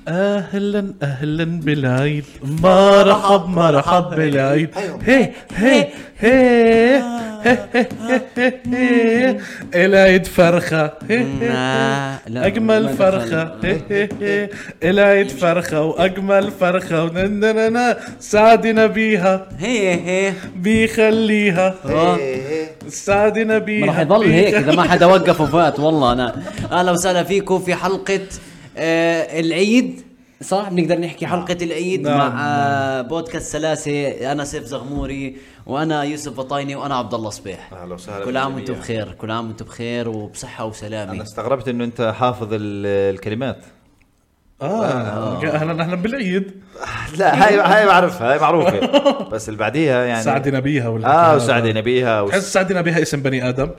اهلا اهلا بالعيد، مرحب بالعيد. هي هي هي العيد فرخة، اجمل فرخة، العيد فرخة واجمل فرخة، سعدنا بيها بيخليها، سعدنا بيها. راح يضل هيك اذا ما حدا وقف وفات. والله انا اهلا وسهلا فيكم في حلقة العيد، صح؟ بنقدر نحكي حلقة العيد مع بودكاست سلاسة. أنا سيف زغموري وأنا يوسف بطايني وأنا عبد الله صبيح. أهلا وسهلا. كل عام وأنتم بخير، كل عام وأنتم بخير وبصحة وسلامة. أنا استغربت إنه أنت حافظ الكلمات. أهلا بالعيد. لا هاي بعرفها، هاي معروفة. بس اللي بعديها يعني سعدنا بيها وسعدنا بيها تحس سعدنا بيها اسم بني آدم.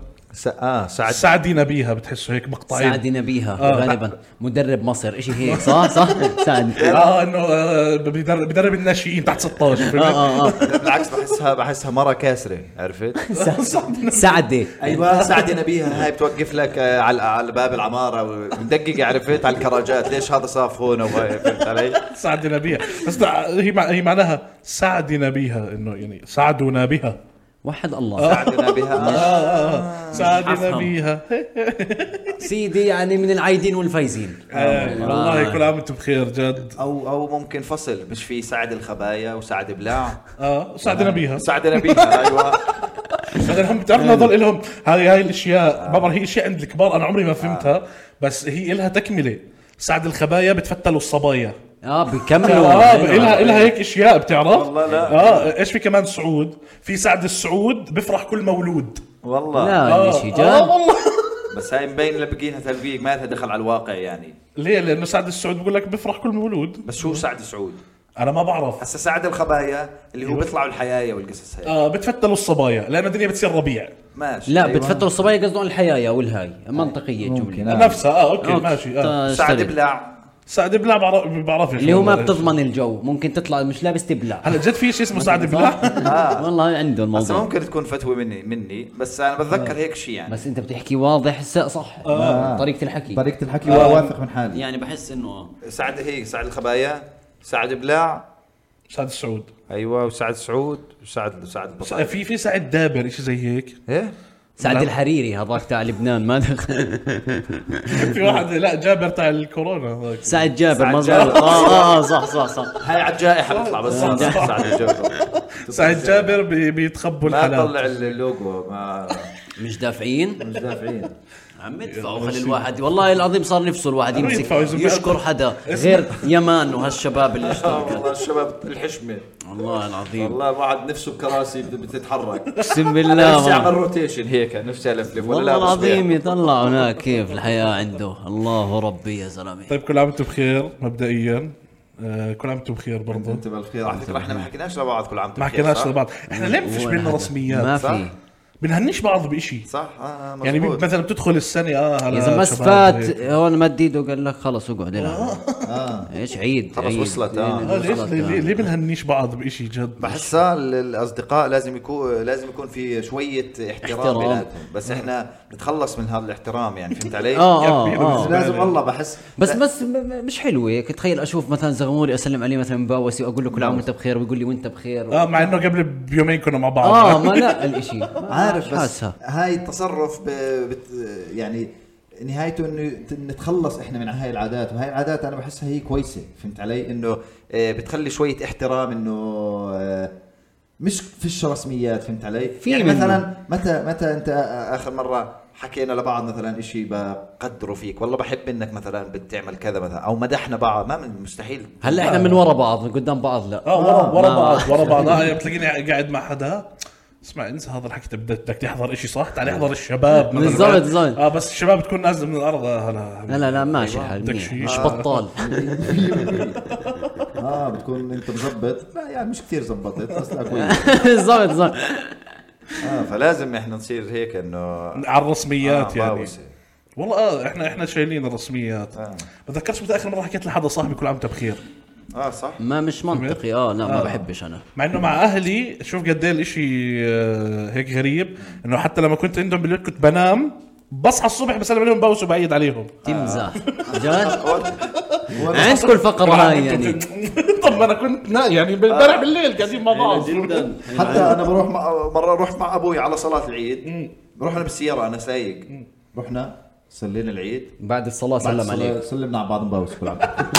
سعدنا بيها بتحسه هيك مقطعين. سعدنا بيها غالبا مدرب مصر إشي هيك، صح سعد. انه بدرب الناشئين تحت 16. بالعكس بحسها مرة كاسرة، عرفت؟ سعدة. ايوه سعدنا بيها، هاي بتوقف لك على باب العمارة ومدقق، عرفت؟ على الكراجات، ليش هذا صاف هون وهاي، فهمت علي؟ سعدنا بيها، بس هي معناها سعدنا بيها، انه يعني سعدنا بها. وحد الله. سعدنا بها. سعدنا بيها سيدي، يعني من العايدين والفايزين. والله كل عام وانتم بخير جد. او ممكن فصل، مش في سعد الخبايا وسعد بلاع. سعدنا بيها. ايوه. بعدين هم بتعرفوا ضل لهم هاي الاشياء. بابا هي اشياء عند الكبار انا عمري ما فهمتها، بس هي لها تكمله. سعد الخبايا بتفتلوا الصبايا. بيكملوا. إلها هيك اشياء بتعرف. والله لا. ايش في كمان سعود، في سعد السعود بفرح كل مولود. والله لا شيء جد. والله. بس هاي مبين لبقينها تلبيق، ما لها دخل على الواقع يعني. ليه؟ لانه سعد السعود بقول لك بفرح كل مولود. بس شو سعد السعود؟ انا ما بعرف. هسه سعد الخبايا اللي هو بيطلعوا الحيايا والقصص هاي. بتفتلوا الصبايا لانه الدنيا بتصير ربيع. ماشي. لا بتفتروا الصبايا قصدهم الحيايا والهاي منطقية الجملة نفسها. اوكي ماشي. سعد بلاع. سعد بلع بعرف اللي هو ما بتضمن الجو، ممكن تطلع مش لابس تبلع. هلا جد في شيء اسمه سعد بلع. والله عنده الموضوع. بس ممكن تكون فتوى مني بس انا بتذكر هيك شيء يعني. بس انت بتحكي واضح صح. طريقة الحكي واثق من حالي يعني. بحس انه سعد الخبايا، سعد بلاع، سعد السعود. ايوه وسعد سعود وسعد البطاطا. في سعد دابر شيء زي هيك. ايه سعد الحريري هذاك تاع لبنان ما دخل. في واحد لا جابر تاع الكورونا هذاك. سعد جابر مظبوط. صح هاي على الجائحة بتطلع بس. سعد جابر بيتخبوا الحالات. ما طلع اللوجو، ما مش دافعين. عم يدفعوا. خلي الواحد والله العظيم صار نفسه الواحد يمسك يشكر حدا غير يمان وهالشباب اللي اشتركوا. والله الشباب الحشمة، والله العظيم. والله بعد نفسه بكراسي بتتحرك. اقسم بالله نفسي اعمل روتيشن هيك، نفسي الفلف. والله العظيم يطلع هناك كيف الحياة عنده. الله ربي يا زلمه. طيب كل عام وانتم بخير مبدئيا. كل عام وانتم بخير برضه. انت بالخير. على فكره احنا ما حكيناش لبعض كل عام ما حكيناش لبعض. احنا ليه مفيش بيننا رسميات؟ ما في. بنهنيش بعض بإشي صح. يعني مثلا بتدخل السنة إذا ما استفاد هون مد ايده وقال لك خلص اقعد العب. ايش عيد خلص وصلت. ليه بنهنيش بعض بإشي جد؟ بحسها الأصدقاء لازم يكون في شوية احترام بيناتهم، بس احنا نتخلص من هذا الاحترام يعني. فهمت علي؟ لازم والله بحس بس مش حلوة هيك. تخيل اشوف مثلا زغموري اسلم عليه مثلا مباوسي واقول له كل عام وانت بخير ويقول لي وانت بخير. مع انه قبل بيومين كنا مع بعض. ما لا الاشي عارف. بس هاي التصرف يعني نهايته انه نتخلص احنا من هاي العادات. وهاي العادات انا بحسها هي كويسه. فهمت علي؟ انه بتخلي شويه احترام، انه مش فيش رسميات. فهمت علي؟ يعني مثلا متى انت اخر مره حكينا لبعض مثلا اشي بقدره فيك، والله بحب انك مثلا بتعمل كذا مثلا، او مدحنا بعض. ما من مستحيل. هلا احنا من ورا بعض، من قدام بعض لا. ورا بعض. بتلاقيني قاعد مع حدا اسمع انسى هذا الحكي، بدك تحضر اشي صح، تعال احضر الشباب بالضبط. بس الشباب بتكون نازله من الارض. لا ماشي الحال مش بطال. بتكون انت مزبط. لا يعني مش كثير زبطت بس لا كويس. بالضبط. فلازم احنا نصير هيك انه على الرسميات يعني. والله احنا شايلين الرسميات. بتذكرش متى اخر مره حكيت لحدا صاحبي كل عام وانت بخير. صح. ما مش منطقي. لا ما بحبش انا. مع انه مع اهلي شوف قد ايه الاشي هيك غريب، انه حتى لما كنت عندهم بالليل كنت بنام بصحى الصبح بسلم عليهم بوس وبعيد عليهم. تمزح جد. عندكم الفقره هاي يعني. طب ما انا كنت يعني امبارح بالليل قاعدين مع بعض. جدا. حتى انا بروح مره رحت مع ابوي على صلاه العيد، رحنا بالسياره انا سايق، رحنا صلينا العيد، بعد الصلاه سلم عليك. سلمنا على بعض مباوس كل عام.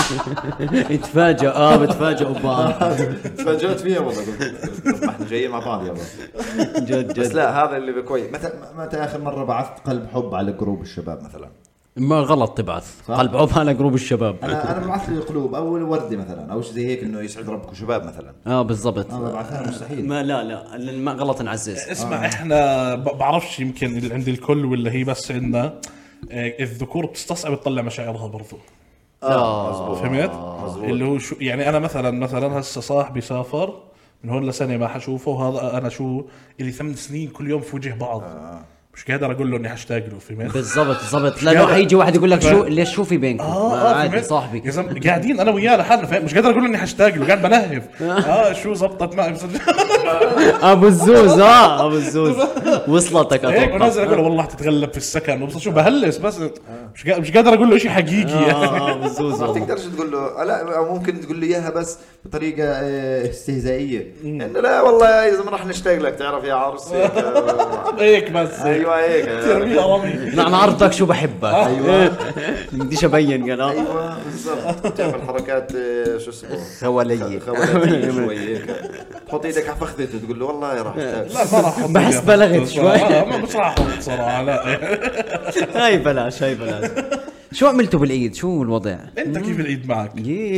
يتفاجئ بتفاجئوا ببعض. تفاجأت فيها والله، قلت ما احنا جايين مع بعض يابا. جد بس جد. لا هذا اللي كويس. متى اخر مره بعثت قلب حب على جروب الشباب مثلا؟ ما غلط تبعث قلب عب على جروب الشباب. انا ببعث لي قلوب او وردة مثلا او شيء زي هيك، انه يسعد ربكم شباب مثلا. بالضبط. بعثها مستحيل. ما لا ما غلط نعزز. اسمع احنا بعرفش يمكن عند الكل ولا هي بس عندنا الذكور بتستصعب تطلع مشاعرها برضو. مزبوط. فهمت؟ مزبوط. اللي هو شو يعني انا مثلا هسه صاحبي سافر من هون لسنه ما حشوفه، وهذا انا شو اللي 8 سنين كل يوم في وجه بعض. مش قادر اقول له اني هشتاق له. فهمت؟ بالضبط لانه حيجي واحد يقول لك شو ليش شو في بينكم. عادي فهمت؟ صاحبي يا زلمه قاعدين انا وياه لحالنا، فاهم؟ مش قادر اقول له اني هشتاق له، قاعد بنهف. شو زبطت معي ابو الزوز. ابو الزوز وصلتك هيك اتوقع. ونازل اقول له والله تتغلب في السكن وبص شو بهلس، بس مش قادر اقول له شيء حقيقي يعني. ابو الزوز ما والله. تقدرش تقول له لا، أو ممكن تقول له اياها بس بطريقه استهزائيه، انه لا والله يا زلمه راح نشتاق لك تعرف يا عرس. هيك بس ايوه هيك. ترميه رمي. نعم عرضك شو بحبك. ايوه بديش ابين قال ايوه بالضبط. تعمل حركات شو اسمه خوليه. خوليه شوي هيك، تحط ايدك على فخذته تقول له والله راح لا ما راح أحط بحس إياه. بلغت شوي. ما مش راح احط صراحه لا. هاي بلاش. شو عملتوا بالعيد؟ شو الوضع؟ انت كيف العيد معك؟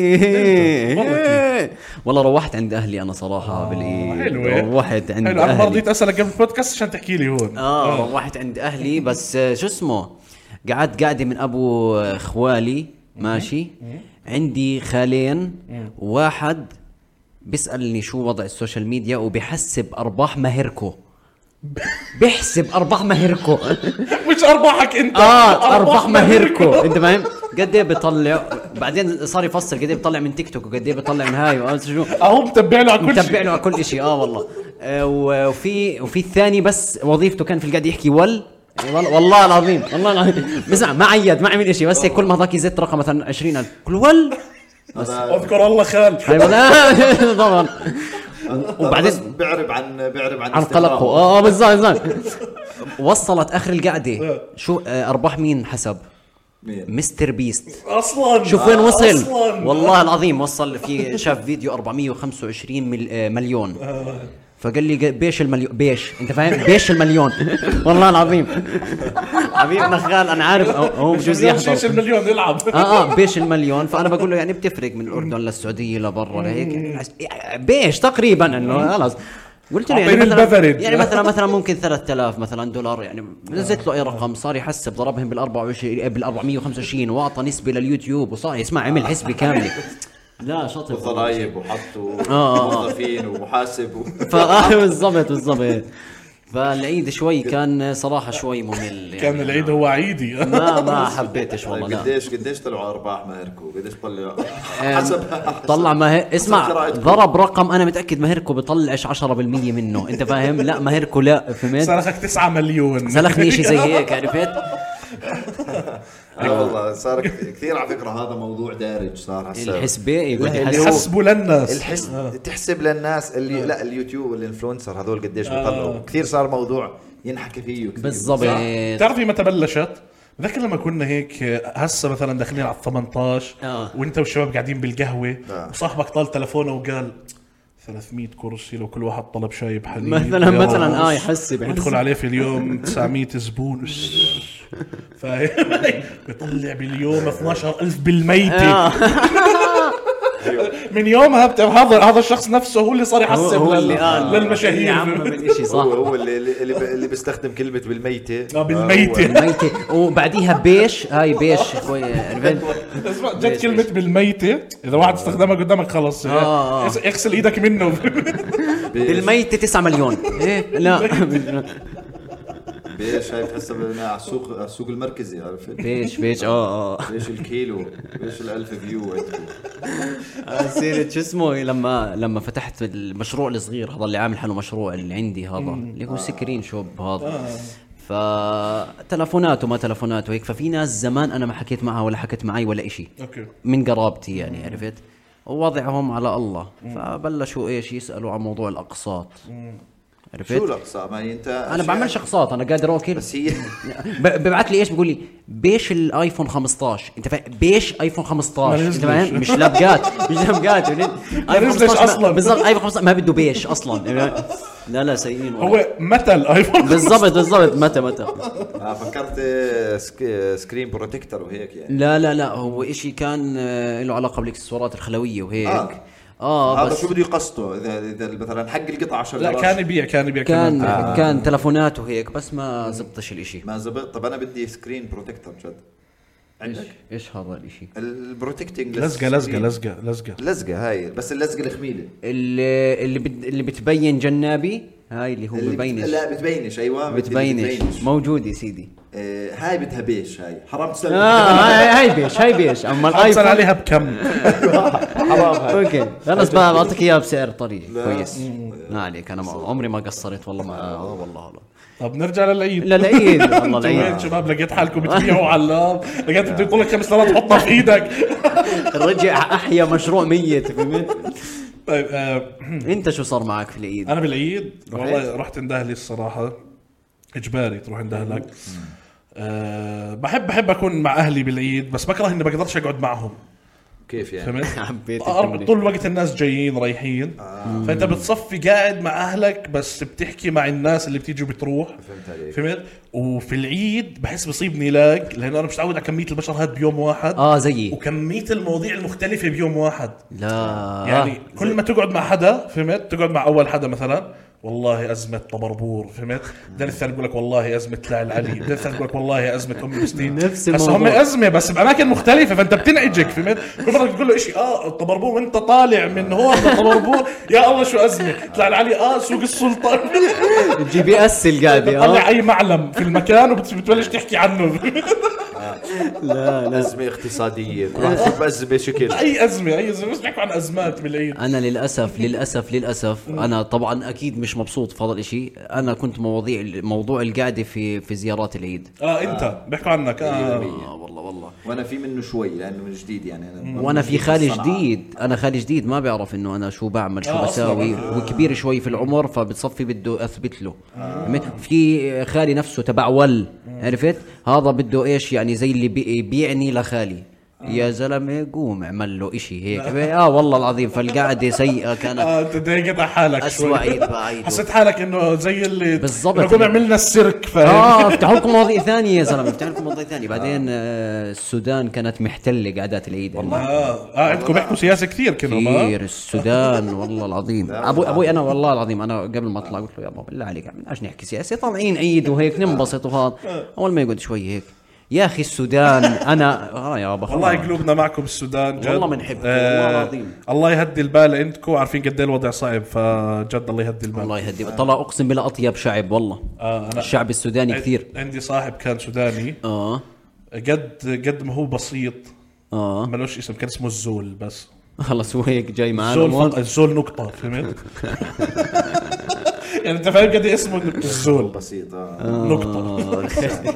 والله والله روحت عند اهلي انا صراحه بالعيد. حلوة. روحت عند حلو، انا ما اهلي. رضيت اسالك قبل البودكاست عشان تحكي لي هون. روحت عند اهلي بس شو اسمه قعدت قاعده من ابو خوالي ماشي. عندي خالين، واحد بيسألني شو وضع السوشيال ميديا وبيحسب ارباح مهركو. بيحسب ارباح مهركو. مش ارباحك انت. ارباح مهركو. انت فاهم قد ايه بيطلع؟ بعدين صار يفصل قد ايه بيطلع من تيك توك وقد ايه بيطلع من هاي شو اهو متبع له على كل شيء. متبع له على كل شيء. والله. وفي الثاني بس وظيفته كان في القاعد يحكي والله العظيم بسمع ما عيد ما عمل شيء، بس هيك كل ما هذاك يزت رقم مثلا 20,000 كل اذكر الله خال. طبعا. وبعدين بيعرب عن قلقه. بالضبط. وصلت اخر القعده شو ارباح مين حسب؟ مستر بيست. اصلا شوف وين وصل. أصلاً. والله العظيم وصل في شاف فيديو 425 مليون. فقال لي بيش المليون بيش انت فاهم بيش المليون. والله العظيم حبيب نخال انا عارف هو بجوز يحضر شيش المليون يلعب. بيش المليون. فانا بقول له يعني بتفرق من الاردن للسعوديه لبرا لهيك يعني بيش تقريبا انه خلاص. قلت له يعني مثلا ممكن 3000 مثلا دولار يعني نزلت له اي رقم. صار يحسب ضربهم بال 425 واعطى نسبه لليوتيوب وصار يسمع عمل حسبه كامله. لا شاطر ضرايب وحطوا موظفين ومحاسب بالضبط. فالعيد شوي كان صراحه شوي ممل يعني. كان العيد هو عيدي. ما حبيتش والله. لا قديش طلعوا ارباح مهركو؟ قديش طلعوا حسب طلع اسمع ضرب رقم انا متاكد مهركو بيطلعش 10% منه. انت فاهم؟ لا مهركو لا فهمت. سلخك 9 مليون. سلخني شيء زي هيك عرفت. والله صار كثير على فكره هذا موضوع دارج صار هسه. الحسبه يقول يحسبوا للناس. تحسب للناس اللي لا اليوتيوب والانفلونسر هذول قديش بيطلعوا. كثير صار موضوع ينحكى فيه كثير. بالضبط. تعرفي متى بلشت؟ ذاك لما كنا هيك هسه مثلا داخلين على 18 وانت والشباب قاعدين بالقهوه وصاحبك طال تلفونه وقال 300 كرسي لو كل واحد طلب شاي بحليب مثلا يحسب يدخل عليه في اليوم 900 زبون. فاهم؟ بيطلع باليوم 12,000 بالميتة. من يومها بتعرف هذا الشخص نفسه هو اللي صار يحسب للمشاهير. يا عم من شيء صح. هو اللي بيستخدم كلمة بالميتة. بالميتة. وبعديها بيش هاي بيش شوي اسمع جد كلمة بالميتة إذا واحد استخدمها قدامك خلص اغسل ايدك منه. بالميتة 9 مليون. لا بيش هاي بتحسب على السوق المركزي عرفت. بيش بيش الكيلو بيش ال1000 فيو. سيرة شو اسمه لما فتحت المشروع الصغير هذا اللي عامل حاله مشروع اللي عندي هذا اللي هو سكرين شوب هذا. فتلفونات وما تلفونات وهيك. ففي ناس زمان انا ما حكيت معها ولا حكت معي ولا إشي اوكي من قرابتي يعني، عرفت، ووضعهم على الله. فبلشوا ايش يسالوا عن موضوع الاقساط، عرفت. شو الاقساط؟ ما انت انا بعملش اقساط، انا قادر اوكل. بس هي ببعث لي ايش، بقول لي بيش الايفون 15، انت فاهم بيش ايفون 15، ما انت فاهم، مش لبقات مش لبقات ايفون نزلش 15 أصلاً. بالضبط، ايفون 15 ما بده بيش اصلا. لا سيئين والله. هو متى الايفون؟ بالضبط متى فكرت سكرين بروتكتور وهيك يعني. لا هو اشي كان له علاقه بالاكسسوارات الخلويه وهيك. هذا بس شو بده يقسطه اذا مثلا حق القطعه 10 لا كان يبيع كان تلفونات وهيك، بس ما زبطش الاشي. ما زبط. طب انا بدي سكرين بروتكتور جد. عندك ايش هذا الاشي؟ البروتكتنج لزقه هاي، بس اللزقه الخميله اللي بتبين جنابي، هاي اللي هو ببينش. لا بتبينش، ايوه بتبينش موجود يا سيدي. هاي بدها بيش، هاي حرام تسلم. هاي بيش اما الايفون عليها بكم. حرام هاي. اوكي خلص بقى بعطيك اياها بسعر طريق كويس. ما عليك، انا عمري ما قصرت والله، ما والله. طب نرجع للعيد. للعيد والله وين العيد. شباب لقيت حالكم بتبيعوا علاب، لقيت بده يطلع لك 5 دولار تحطها في ايدك. رجع احيا مشروع ميت، فهمت. طيب انت شو صار معك في العيد؟ انا بالعيد والله رحت اندهلي الصراحه، اجباري تروح اندهلك. بحب اكون مع اهلي بالعيد، بس بكره اني بقدرش اقعد معهم. كيف يعني؟ حبيت طول الوقت الناس جايين رايحين، فانت بتصفي قاعد مع اهلك بس بتحكي مع الناس اللي بتيجي وبتروح. فهمت. وفي العيد بحس بصيبني لاق، لانه انا مش متعود على كميه البشر هاد بيوم واحد. زيي. وكميه المواضيع المختلفه بيوم واحد. لا يعني كل ما تقعد مع حدا، فهمت، تقعد مع اول حدا مثلا والله أزمة طبربور، فهمت، ده الثاني يقول لك والله أزمة لاعب العلي، ده الثاني يقول لك والله أزمة أم المسلمين. نفس بس الموضوع. هم أزمة بس بأماكن مختلفة، فأنت بتنعجك، فهمت. كل مرة تقول له إشي الطبربور وأنت طالع من هون الطبربور يا الله شو أزمة. طلع العلي سوق السلطان. GPS القاعدة طلع أي معلم في المكان وبتبلش تحكي عنه. لا أزمة اقتصادية، أزمة شكل، أي أزمة بس بيحكوا عن أزمات بالعيد. أنا للأسف أنا طبعا أكيد مش مبسوط في هذا الإشي. أنا كنت موضوع القعدة في زيارات العيد. أنت بيحكوا عنك. والله وأنا في منه شوي لأنه من جديد يعني. وأنا في خالي جديد، أنا خالي جديد ما بيعرف إنه أنا شو بعمل شو بساوي، وكبير شوي في العمر، فبتصفي بده أثبت له. في خالي نفسه تبع عرفت، هذا بده إيش يعني، زي اللي بيعني لخالي يا زلمه قوم اعمل له اشي هيك. والله العظيم. فالقعده سيئه كانت. انت ضايقت على حالك اسوء عيد بعيد. حسيت حالك انه زي اللي بالضبط نقوم عملنا السيرك، فاهم. افتحوا لكم مواضيع ثانيه يا زلمه، افتحوا لكم مواضيع ثانيه. بعدين السودان كانت محتله قعدات العيد والله. عندكم بيحكوا سياسه كثير كثير السودان والله العظيم. ابوي انا والله العظيم انا قبل ما اطلع قلت له يا بابا بالله عليك عشان نحكي سياسه، طالعين عيد وهيك ننبسط وهذا. اول ما يقعد شوي هيك يا اخي السودان انا يا بابا والله قلوبنا معكم السودان جد والله بنحبكم والله العظيم. الله يهدي البال عندكم، عارفين قد ايه الوضع صعب، فجد الله يهدي البال. الله يهدي. طلع اقسم بالله اطيب شعب والله. الشعب السوداني كثير. عندي صاحب كان سوداني قد ما هو بسيط ملوش اسم، كان اسمه الزول بس. خلص هو هيك جاي معنا الزول نقطه، فهمت. يعني انت فاهم قد ايه اسمه الزول بسيط نقطه.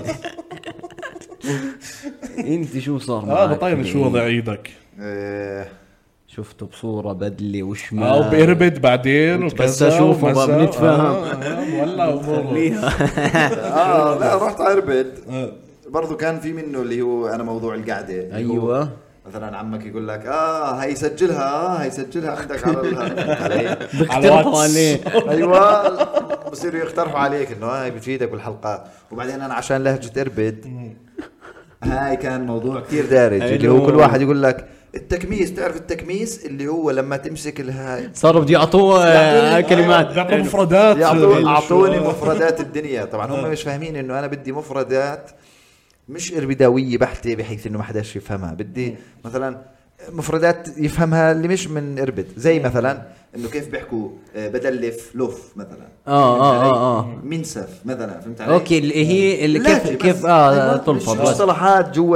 انت شو صار معك؟ بطير شو وضع عيدك؟ شفته بصورة بدلي وشمال وبإربد بعدين وكذا، بس اشوفه ما بنتفهم ولا لا رحت على إربد برضو. كان في منه اللي هو انا موضوع القعده. ايوه مثلا عمك يقول لك هيسجلها عندك على بيقترحوا عليه. ايوه بصيروا يقترحوا عليك انه هاي بتفيدك بالحلقات. وبعدين انا عشان لهجة إربد هاي كان موضوع كتير دارج اللي هو كل واحد يقول لك التكميس. تعرف التكميس اللي هو لما تمسك الهاي صاروا بدي يعطوه كلمات، يعطوا مفردات، اعطوني مفردات الدنيا. طبعا هم مش فاهمين انه انا بدي مفردات مش إربداوية بحتة بحيث انه ما حداش يفهمها. بدي مثلا مفردات يفهمها اللي مش من إربد، زي مثلا انه كيف بيحكوا بدلف لوف مثلا. منسف مثلا، فهمت علي؟ اوكي اللي هي اللي كيف تلفظ مصطلحات جوا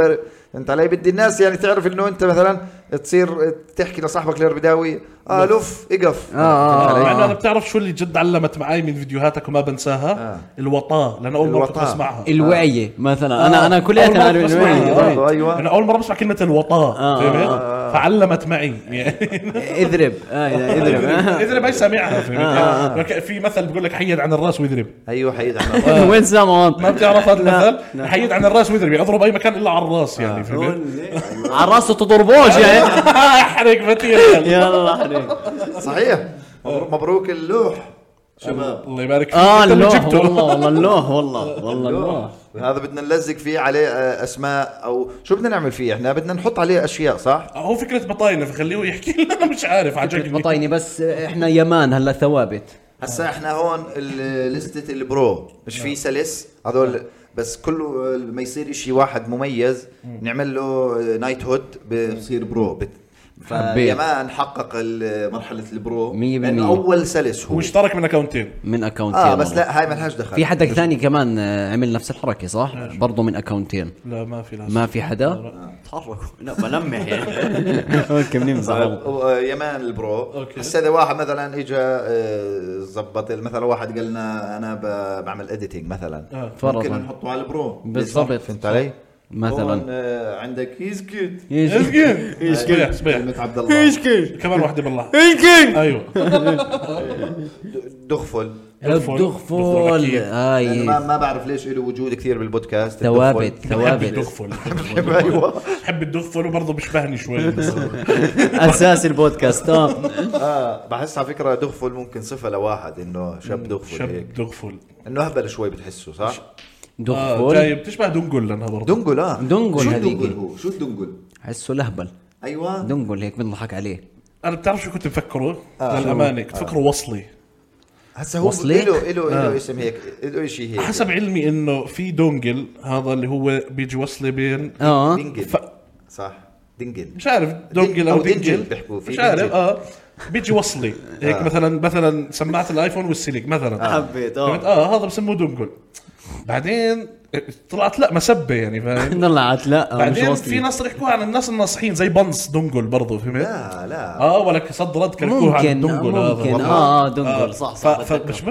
انت علي بدي الناس يعني تعرف انه انت مثلا تصير تحكي لصاحبك الربداوي لف اقف مع انه انا بتعرف شو اللي جد علمت معي من فيديوهاتك وما بنساها الوطاه، لان اول مره كنت بسمعها الوعيه مثلا انا كلياتنا الوعيه. ايوه انا اول مره بسمع كلمه الوطاه فعلمت معي يعني اذرب اذرب اذرب هي سامعها فهمت. في مثل بيقول لك حيد عن الراس واذرب. ايوه حيد عن الراس. وين سامعون؟ ما بتعرف هذا المثل؟ حيد عن الراس واذرب، اضرب اي مكان الا على الراس يعني فهمت. على الراس تضربوش يعني احرق فتيل يلا احرق. صحيح. مبروك اللوح شباب. الله يبارك فيك. اللوح والله اللوح والله اللوح هذا بدنا نلزق فيه عليه اسماء او شو بدنا نعمل فيه؟ احنا بدنا نحط عليه اشياء صح؟ هو فكره بطاينه فخليه يحكي لنا. مش عارف عجبني بطايني بس احنا يمان هلا ثوابت. هسا احنا هون لستة البرو مش في سلس هذول بس كله ما يصير اشي واحد مميز نعمل له نايت هود بصير برو فيمان حقق مرحلة البرو لأنه أول سلس هو اشترك من أكاونتين بس لا هاي ما لهاش دخل. في حدا ثاني كمان عمل نفس الحركة صح؟ برضو من أكاونتين. لا ما في حدا تحركوا لا بلمح يعني اوكي بنمزح يمان البرو. هسه اذا واحد مثلا اجى زبط مثلا واحد قال لنا انا بعمل اديتنج مثلا ممكن نحطه على البرو بالضبط. فهمت علي؟ مثلا عندك يسكت صبيح عبد الله كمان واحدة بالله ايوه دغفل هاي ما بعرف ليش له وجود كثير بالبودكاست. ثوابت الدغفل بحب الدغفل وبرضه بيشبهني شوي اساس البودكاست. بحس على فكره دغفل ممكن صفه لواحد انه شاب دغفل انه هبل شوي بتحسه صح. دغفل جاي بتشبه دنقل لانها برضه دنقل شو الدنقل؟ حسه لهبل. ايوه دنقل هيك بنضحك عليه. انا بتعرف شو كنت مفكره للامانه كنت فكره وصلي. هسه هو له اسم هيك له شيء هيك حسب علمي انه في دونجل هذا اللي هو بيجي وصلي بين دينجل صح دينجل مش عارف دونجل او دينجل مش عارف بيجي وصلي هيك مثلا سماعه الايفون والسلك مثلا حبيت هذا بسموه دونجل. بعدين طلعت لا مسبه يعني فاهم. طلعت لا بعدين في ناس يحكوها عن الناس الناصحين زي بنص دونجل برضه فهمت. لا ولا صد رد كلكوها عن الدونجل هذا دونجل صح فمش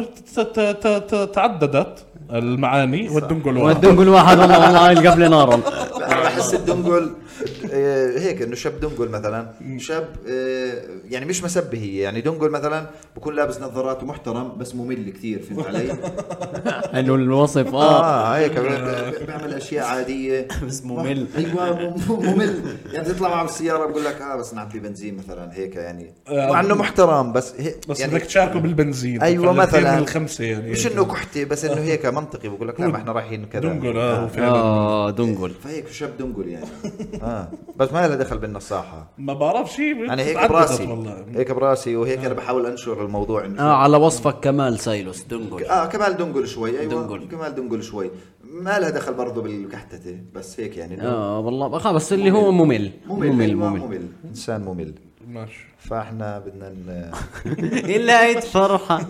تعددت المعاني والدونجل واحد والله قبل نارا. بحس الدونجل هيك انه شاب دونجل مثلا شاب يعني مش مسبه هي يعني دونجل مثلا بكون لابس نظارات ومحترم بس ممل كثير فهمت علي. حلو الوصف هيك بيعمل اشياء عاديه بس ممل. ايوه ممل يعني تطلع معه بالسياره بقول لك بس نعبي بنزين مثلا هيك يعني مع انه محترم بس يعني بدك تشاركه بالبنزين. ايوه مثلا من الخمسه يعني مش انه كحتي بس انه هيك منطقي بقول لك لا ما احنا رايحين كذا دونجل دونجل فهيك شاب دونجل يعني بس ما له دخل بالنصاحه ما بعرف شيء يعني هيك براسي وهيك انا بحاول انشر الموضوع انه على وصفك كمال سايلوس دونجل كمال دونجل شوي ايوه كمال دونجل شوي ما لها دخل برضه بالكحتته بس هيك يعني والله بس اللي هو ممل انسان ممل ماشي. فاحنا بدنا إلا فرحة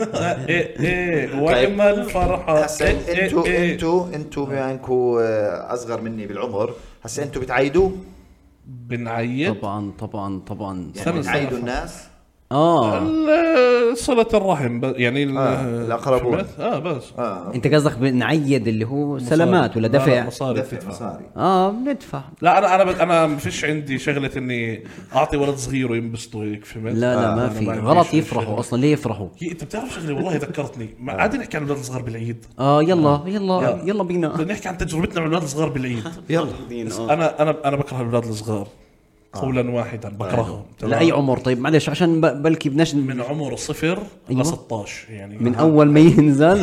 وإما الفرحة. انتو بما انكم اصغر مني بالعمر هسه انتو بتعيدوا بنعيد طبعا يعني بتعيدوا الناس صلة الرحم يعني الأقربون بس انت قصدك بنعيد اللي هو سلامات ولا دفع مصاري بندفع. لا انا ما فيش عندي شغله اني اعطي ولد صغير وينبسطوا هيك فهمت. لا ما في غلط يفرحوا اصلا. ليه يفرحوا؟ انت بتعرف شغله والله ذكرتني عادي نحكي عن اولاد الصغار بالعيد. يلا بينا نحكي عن تجربتنا مع اولاد الصغار بالعيد. يلا انا بكره الاولاد الصغار قولا واحدا بكرههم. لأي عمر؟ طيب معلش عشان بلكي بدناش من عمر 0 ل 16 يعني من اول ما ينزل.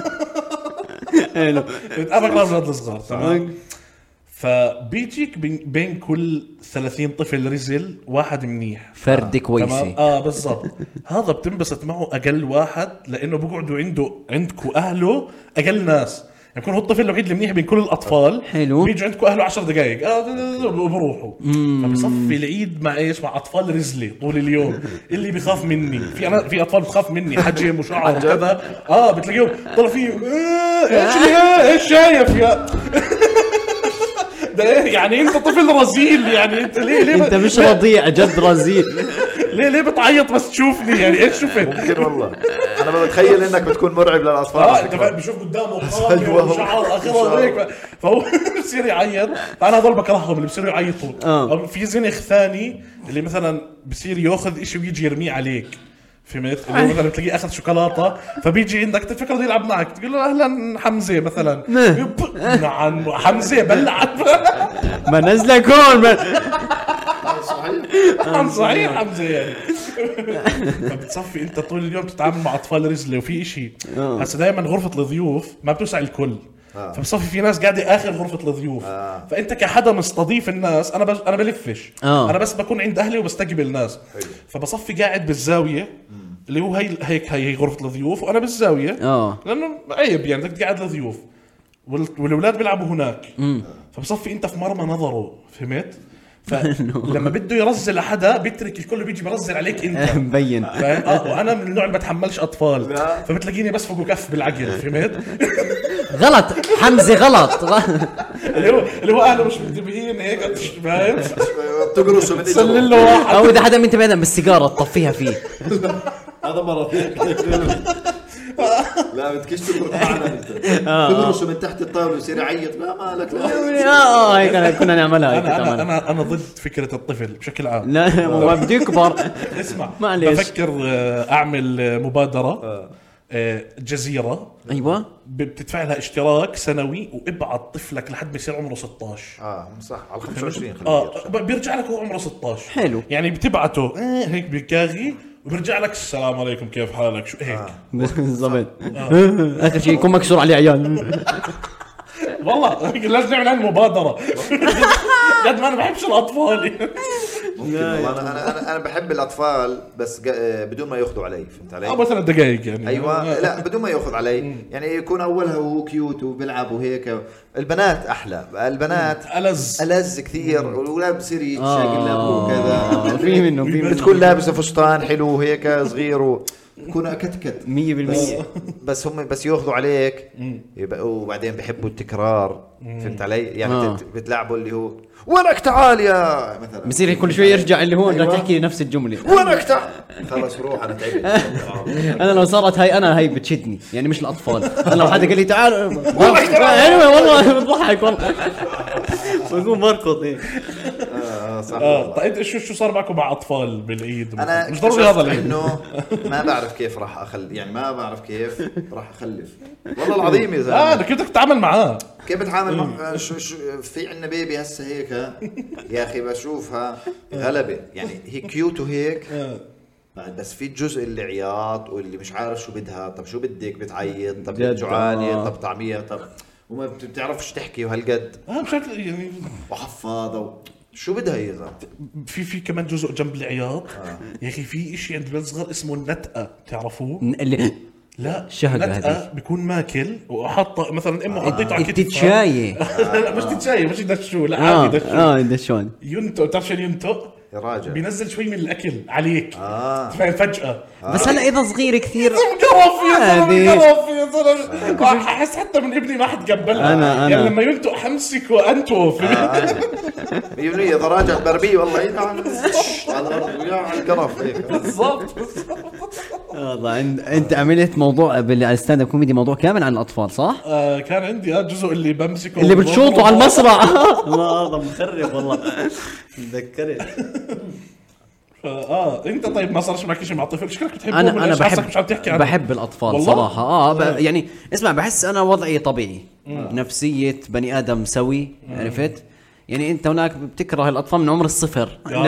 انا بكره الاولاد الصغار تمام. فبيجيك بين كل 30 طفل رزل واحد منيح فرد كويسه. بالضبط. هذا بتنبسط معه اقل واحد لانه بقعدوا عندكم اهله اقل ناس يعني يكون هو الطفل الوحيد اللي منيح بين كل الاطفال. حلو. بيجوا عندكم اهله 10 دقائق وبروحوا. فبصفي العيد مع ايش؟ مع اطفال رزله طول اليوم اللي بيخاف مني. في اطفال بتخاف مني حجم وشعر وكذا. بتلاقيهم طلع فيه ايش شايف يا يعني انت طفل رزيل، يعني انت ليه انت مش رضيع جد رزيل. ليه بتعيط بس تشوفني؟ يعني ايش شفت؟ ممكن والله انا بتخيل انك بتكون مرعب للاطفال. انت بشوف قدامه قامي وشعر اخره هيك، فهو بصير يعيط. فانا هذول بكرههم اللي بصيروا يعيطوا. أو في زنخ ثاني اللي مثلا بصير ياخذ شيء ويجي يرميه عليك، فهمت؟ اللي مثلا بتلاقيه اخذ شوكولاته فبيجي عندك تفكر بده يلعب معك، تقول له اهلا حمزه مثلا، نعم حمزه بلعت ما نزلك هون صحيح حمزه يعني. فبتصفي انت طول اليوم تتعامل مع اطفال رزله. وفي اشي هسه دائما غرفه الضيوف ما بتوسع الكل، فبصفي في ناس قاعده اخر غرفه الضيوف. فانت كحدا مستضيف الناس، انا بلفش، انا بس بكون عند اهلي وبستقبل ناس. فبصفي قاعد بالزاويه اللي هو هي غرفه الضيوف وانا بالزاويه، لانه عيب يعني بدك تقعد للضيوف والولاد بيلعبوا هناك. فبصفي انت في مرمى نظره، فهمت؟ فلما بده يرزل لحدا بيترك الكل بيجي برزل عليك انت مبين. وانا من النوع اللي بتحملش اطفال، فبتلاقيني بس فوق كف بالعقل، فهمت؟ غلط حمزه غلط. اللي هو اهله مش منتبهين هيك، فاهم؟ تقرصوا من تسلل له واحد، او اذا حدا منتبه بالسيجاره تطفيها فيه. هذا مرة لا بدكش تقرص معنا انت، تقرصه من تحت الطاوله ويصير يعيط. لا مالك لا هيك كنا نعملها. انا ضد فكره الطفل بشكل عام. لا ما بده يكبر. اسمع معليش، بفكر اعمل مبادره جزيره. ايوه بتدفع لها اشتراك سنوي وابعت طفلك لحد ما يصير عمره 16. صح على 25 بيرجع لك هو عمره 16. حلو. يعني بتبعته هيك بكاغي وبرجع لك السلام عليكم كيف حالك شو هيك. بالضبط. اخر شيء يكون مكسور عليه عيال. والله لازم نعمل هاي المبادرة. قد ما انا بحبش الاطفال. انا بحب الاطفال بس بدون ما ياخذوا علي، فهمت علي؟ مثلا دقائق يعني. ايوه لا بدون ما ياخذ علي، يعني يكون اولها وهو كيوت وبيلعب وهيك. البنات احلى، البنات ألذ كثير، والولاد بصير يتشاقل لابوه وكذا. في منه بتكون لابسه فستان حلو هيك صغير يكون كتكت 100%. بس هم بس ياخذوا عليك وبعدين بحبوا التكرار، فهمت علي؟ يعني بتلعبوا اللي هو وينك تعال يا مثلا، بصير كل شوي يرجع اللي هو انك تحكي نفس الجمله وينك تعال. خلص روح انا تعبت. انا لو صارت هاي بتشدني، يعني مش الاطفال. انا لو حدا قال لي تعال حلوه والله بضحك والله بكون مركض هيك. صح. طيب شو صار معكم مع اطفال بالعيد؟ انا مش ضروري هذا العيد انه ما بعرف كيف راح يعني ما بعرف كيف راح اخلف والله العظيم. يا زلمه كيف بدك تتعامل معاه؟ كيف بتعامل مع شو في عندنا بيبي هسه هيك يا اخي بشوفها غلبة، يعني هي كيوت وهيك بس في الجزء اللي عياط واللي مش عارف شو بدها. طب شو بدك؟ بتعيط؟ طب جوعانه؟ طب طعميه؟ طب وما بتعرفش تحكي وهالقد بشكل يعني وحفاضه شو بدها هي زلمه. في كمان جزء جنب العياط. يا اخي في اشي عند الولد صغار اسمه النتقه، تعرفوه؟ اللي لا النتقه بيكون ماكل وحط مثلا امه حطيته على كتفه. التتشاية. لا مش تتشاية، مش دشو، لا عادي دشو. دشون ينتق. تعرف شو ينتق؟ يا راجل بينزل شوي من الاكل عليك. فاهم فجأة. بس هلا اذا صغير كثير قرف يا زلمه. احس حتى من ابني ما حد قبلها. أنا يعني لما ينتق حمسك وانتو. يبني اذا راجع بربيه والله على القرف هيك بالضبط. والله انت عملت موضوع بالستاند اب كوميدي موضوع كامل عن الاطفال صح؟ كان عندي الجزء اللي بمسكه اللي بتشوطه على المسرح. الله هذا مخرب والله. تذكرت. انت طيب ما صارش معك شيء مع طفل؟ شكلك بتحبه. انا بحب الاطفال والله؟ صراحه. يعني اسمع بحس انا وضعي طبيعي. نفسية بني ادم سوي. عرفت؟ يعني انت هناك بتكره الاطفال من عمر الصفر.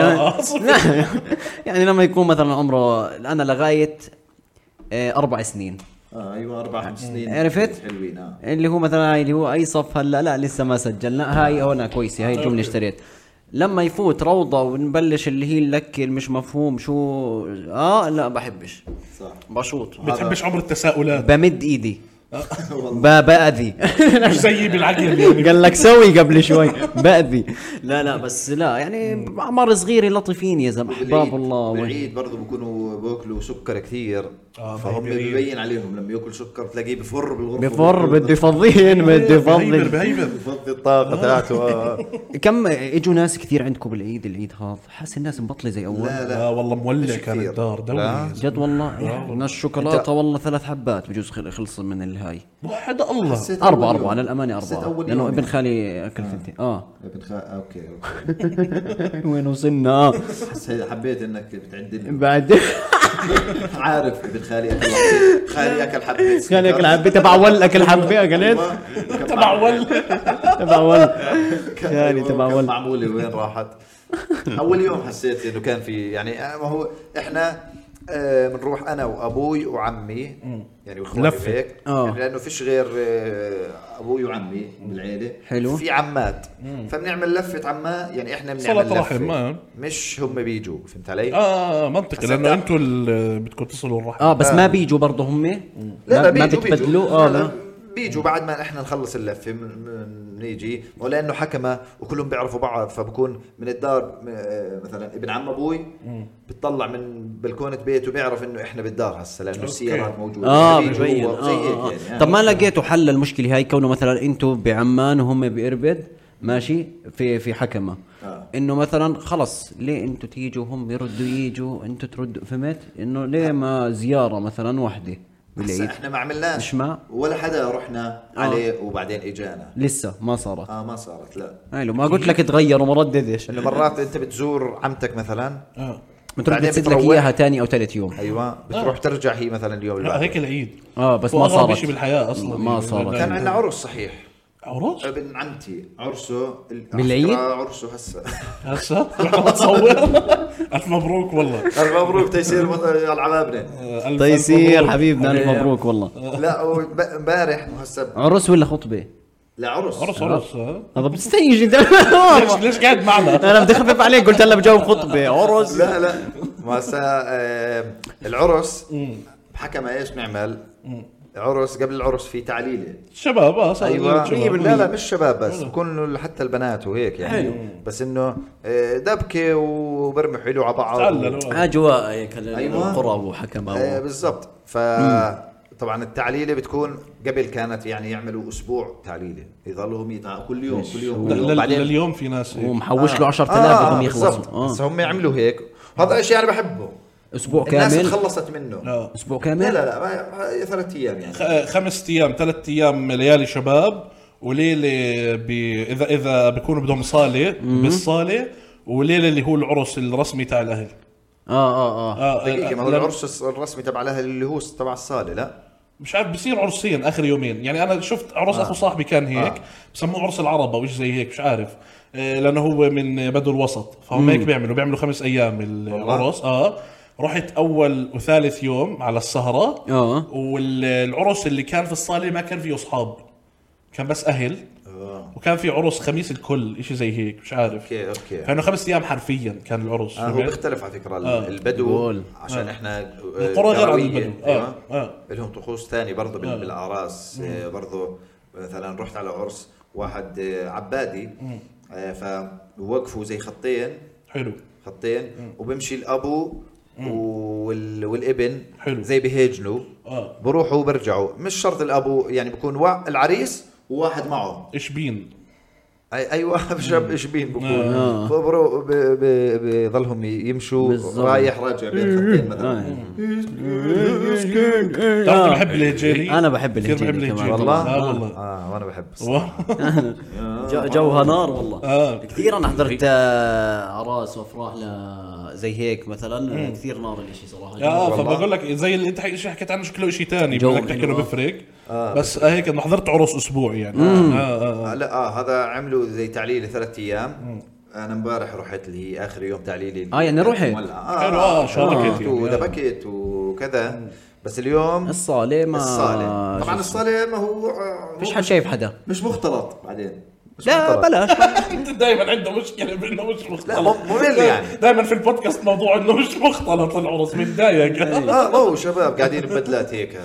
يعني لما يكون مثلا عمره انا لغايه 4 سنين. ايوه 4-5 سنين عرفت؟ حلوين. اللي هو مثلا هاي اللي هو اي صف هلا لا لسه ما سجلنا. هاي هنا كويسه، هاي الجمله اشتريت. لما يفوت روضه ونبلش اللي هي اللك مش مفهوم شو لا بحبش. صح بشوط. بتحبش عمر التساؤلات. بمد ايدي بأذي مش زيي بالعقل يعني. قال لك سوي قبل شوي بأذي. لا بس لا يعني أعمار صغيرة لطيفين يا زلمة أحباب الله. بالعيد برضه بيكونوا بياكلوا سكر كثير فهم بيبين عليهم لما ياكل سكر تلاقيه بفر بالغرفة بفر بده يفضين بده يفضي بفضي الطاقة تاعته. كم اجوا ناس كثير عندكم بالعيد العيد هذا؟ حاسس الناس مبطلة زي أول. لا والله مولع كان الدار دولي جد والله. الناس الشوكولاتة والله 3 حبات بجوز خلص من الهاي. وحد الله 4 على الأمانة 4 لأنه ابن خالي أكل ثنتين. ابن اوكي وين وصلنا؟ حبيت انك بتعدل بعد عارف ابن خالي اكل خالي اكل حبه خالي اكل حبه تبع ول اكل حبه قلت تبع ول خالي تبع ول معموله وين راحت. اول يوم حسيت انه كان في يعني ما هو احنا بنروح انا وابوي وعمي يعني واخواني هيك يعني لانه فيش غير ابوي وعمي بالعيله. حلو. في عمات فبنعمل لفه عمات يعني احنا بنعمل لفه مش هم بيجوا. فهمت علي؟ منطقي لانه انتم اللي بدكم تصلوا الرحم. بس ما بيجوا برضه هم لا ما بتبدلوا. بيجوا بعد ما احنا نخلص اللفه نيجي ولانه حكمه وكلهم بيعرفوا بعض فبكون من الدار مثلا ابن عم ابوي بتطلع من بلكونه بيته بيعرف انه احنا بالدار هسه لانه السيارات موجوده. ببين. يعني. طب ما لقيتوا حل المشكله هاي كونه مثلا انتم بعمان وهم بإربد ماشي في حكمه انه مثلا خلص ليه انتم تيجوا هم يردوا ييجوا انتم تردوا. فهمت انه ليه ما زياره مثلا وحده بالعيد؟ احنا ما عملناش ولا حدا رحنا عليه وبعدين اجانا لسه ما صارت. ما صارت لا. ما قلت لك تغير ومرددش انه مرات انت بتزور عمتك مثلا بتروح تسد لك اياها ثاني او ثالث يوم. ايوه بتروح ترجع هي مثلا اليوم اللي بعده. هيك العيد بس ما صارت شيء بالحياه اصلا ما صارت. كان عندنا عرس صحيح. عرس ابن عمتي عرسه بالعيد. عرسه هسه تصور. الف مبروك والله. الف مبروك تيسير العبابنا. تيسير حبيبنا الف مبروك والله. لا امبارح وهسه عرس ولا خطبه؟ لا عرس هذا بتستنيج انت. ليش قاعد معنا؟ انا بدي اخفف عليك قلت هلا بجاوب خطبه عرس. لا ما العرس بحكم ايش نعمل عرس. قبل العرس في تعليله شباب ايوه شباب. لا مش شباب بس بكون حتى البنات وهيك يعني حلو. بس انه دبكه وبرمي حلو على بعض اجواء هيك القرى وحكمه بالضبط. طبعا التعليله بتكون قبل كانت يعني يعملوا اسبوع تعليله يضلهم كل يوم بعدين اليوم في ناس ومحوش له 10,000 بدهم يخلصوا. بس هم يعملوا هيك. هذا الشيء انا بحبه. اسبوع كامل الناس خلصت منه. اسبوع كامل لا 3 ايام يعني 5 ايام 3 ايام ليالي شباب وليله اذا بيكونوا بدهم صاله بالصاله وليله اللي هو العرس الرسمي تاع الاهل. دقيقه ما هو العرس الرسمي تبع الاهل اللي هو تبع الصاله. لا مش عارف بصير عرسين اخر يومين يعني. انا شفت عرس اخو صاحبي كان هيك بسموه عرس العرب او زي هيك مش عارف لانه هو من بدو الوسط فهم هيك بيعملوا 5 ايام العرس. رحت اول وثالث يوم على السهره والعرس اللي كان في الصاله ما كان فيه اصحاب كان بس اهل وكان في عرس خميس الكل إشي زي هيك مش عارف. اوكي كانوا 5 ايام حرفيا كان العرس. هو بيختلف على فكره البدو عشان احنا القرى غير عن البدو. لهم طقوس ثاني برضه بالاعراس برضه. مثلا رحت على عرس واحد عبادي فوقفوا زي خطين حلو خطين وبمشي الابو والابن حلو. زي بهيجنوا بروحوا وبرجعوا. مش شرط الابو يعني بكون العريس وواحد معه إشبين. ايوه بشاب إشبين بكون فبرو بيضلهم يمشوا رايح راجع بين خطين مثلا. انا بحب الهجيري. انا بحب الهجيري والله وانا بحب جوها نار والله. كثير انا حضرت اعراس وافراح زي هيك مثلا كثير نار الاشي صراحه. فبقول لك زي اللي انت حكيت عنه شكله شيء ثاني بدك تحكي انه بفرق. بس هيك انا حضرت عرس اسبوع يعني. لا هذا عملوا زي تعليل 3 ايام. انا امبارح رحت اللي هي اخر يوم تعليلي يعني رحت شاركت ودبكت وكذا. بس اليوم الصاله طبعا الصاله ما هو مش حد شايف حدا مش مختلط بعدين لا بلاش. انت دائما عنده مشكله بانه مش مختلط. لا ممل يعني. دائما في البودكاست موضوع انه مش مختلط العرس متضايق. مو شباب قاعدين ببدلات هيك.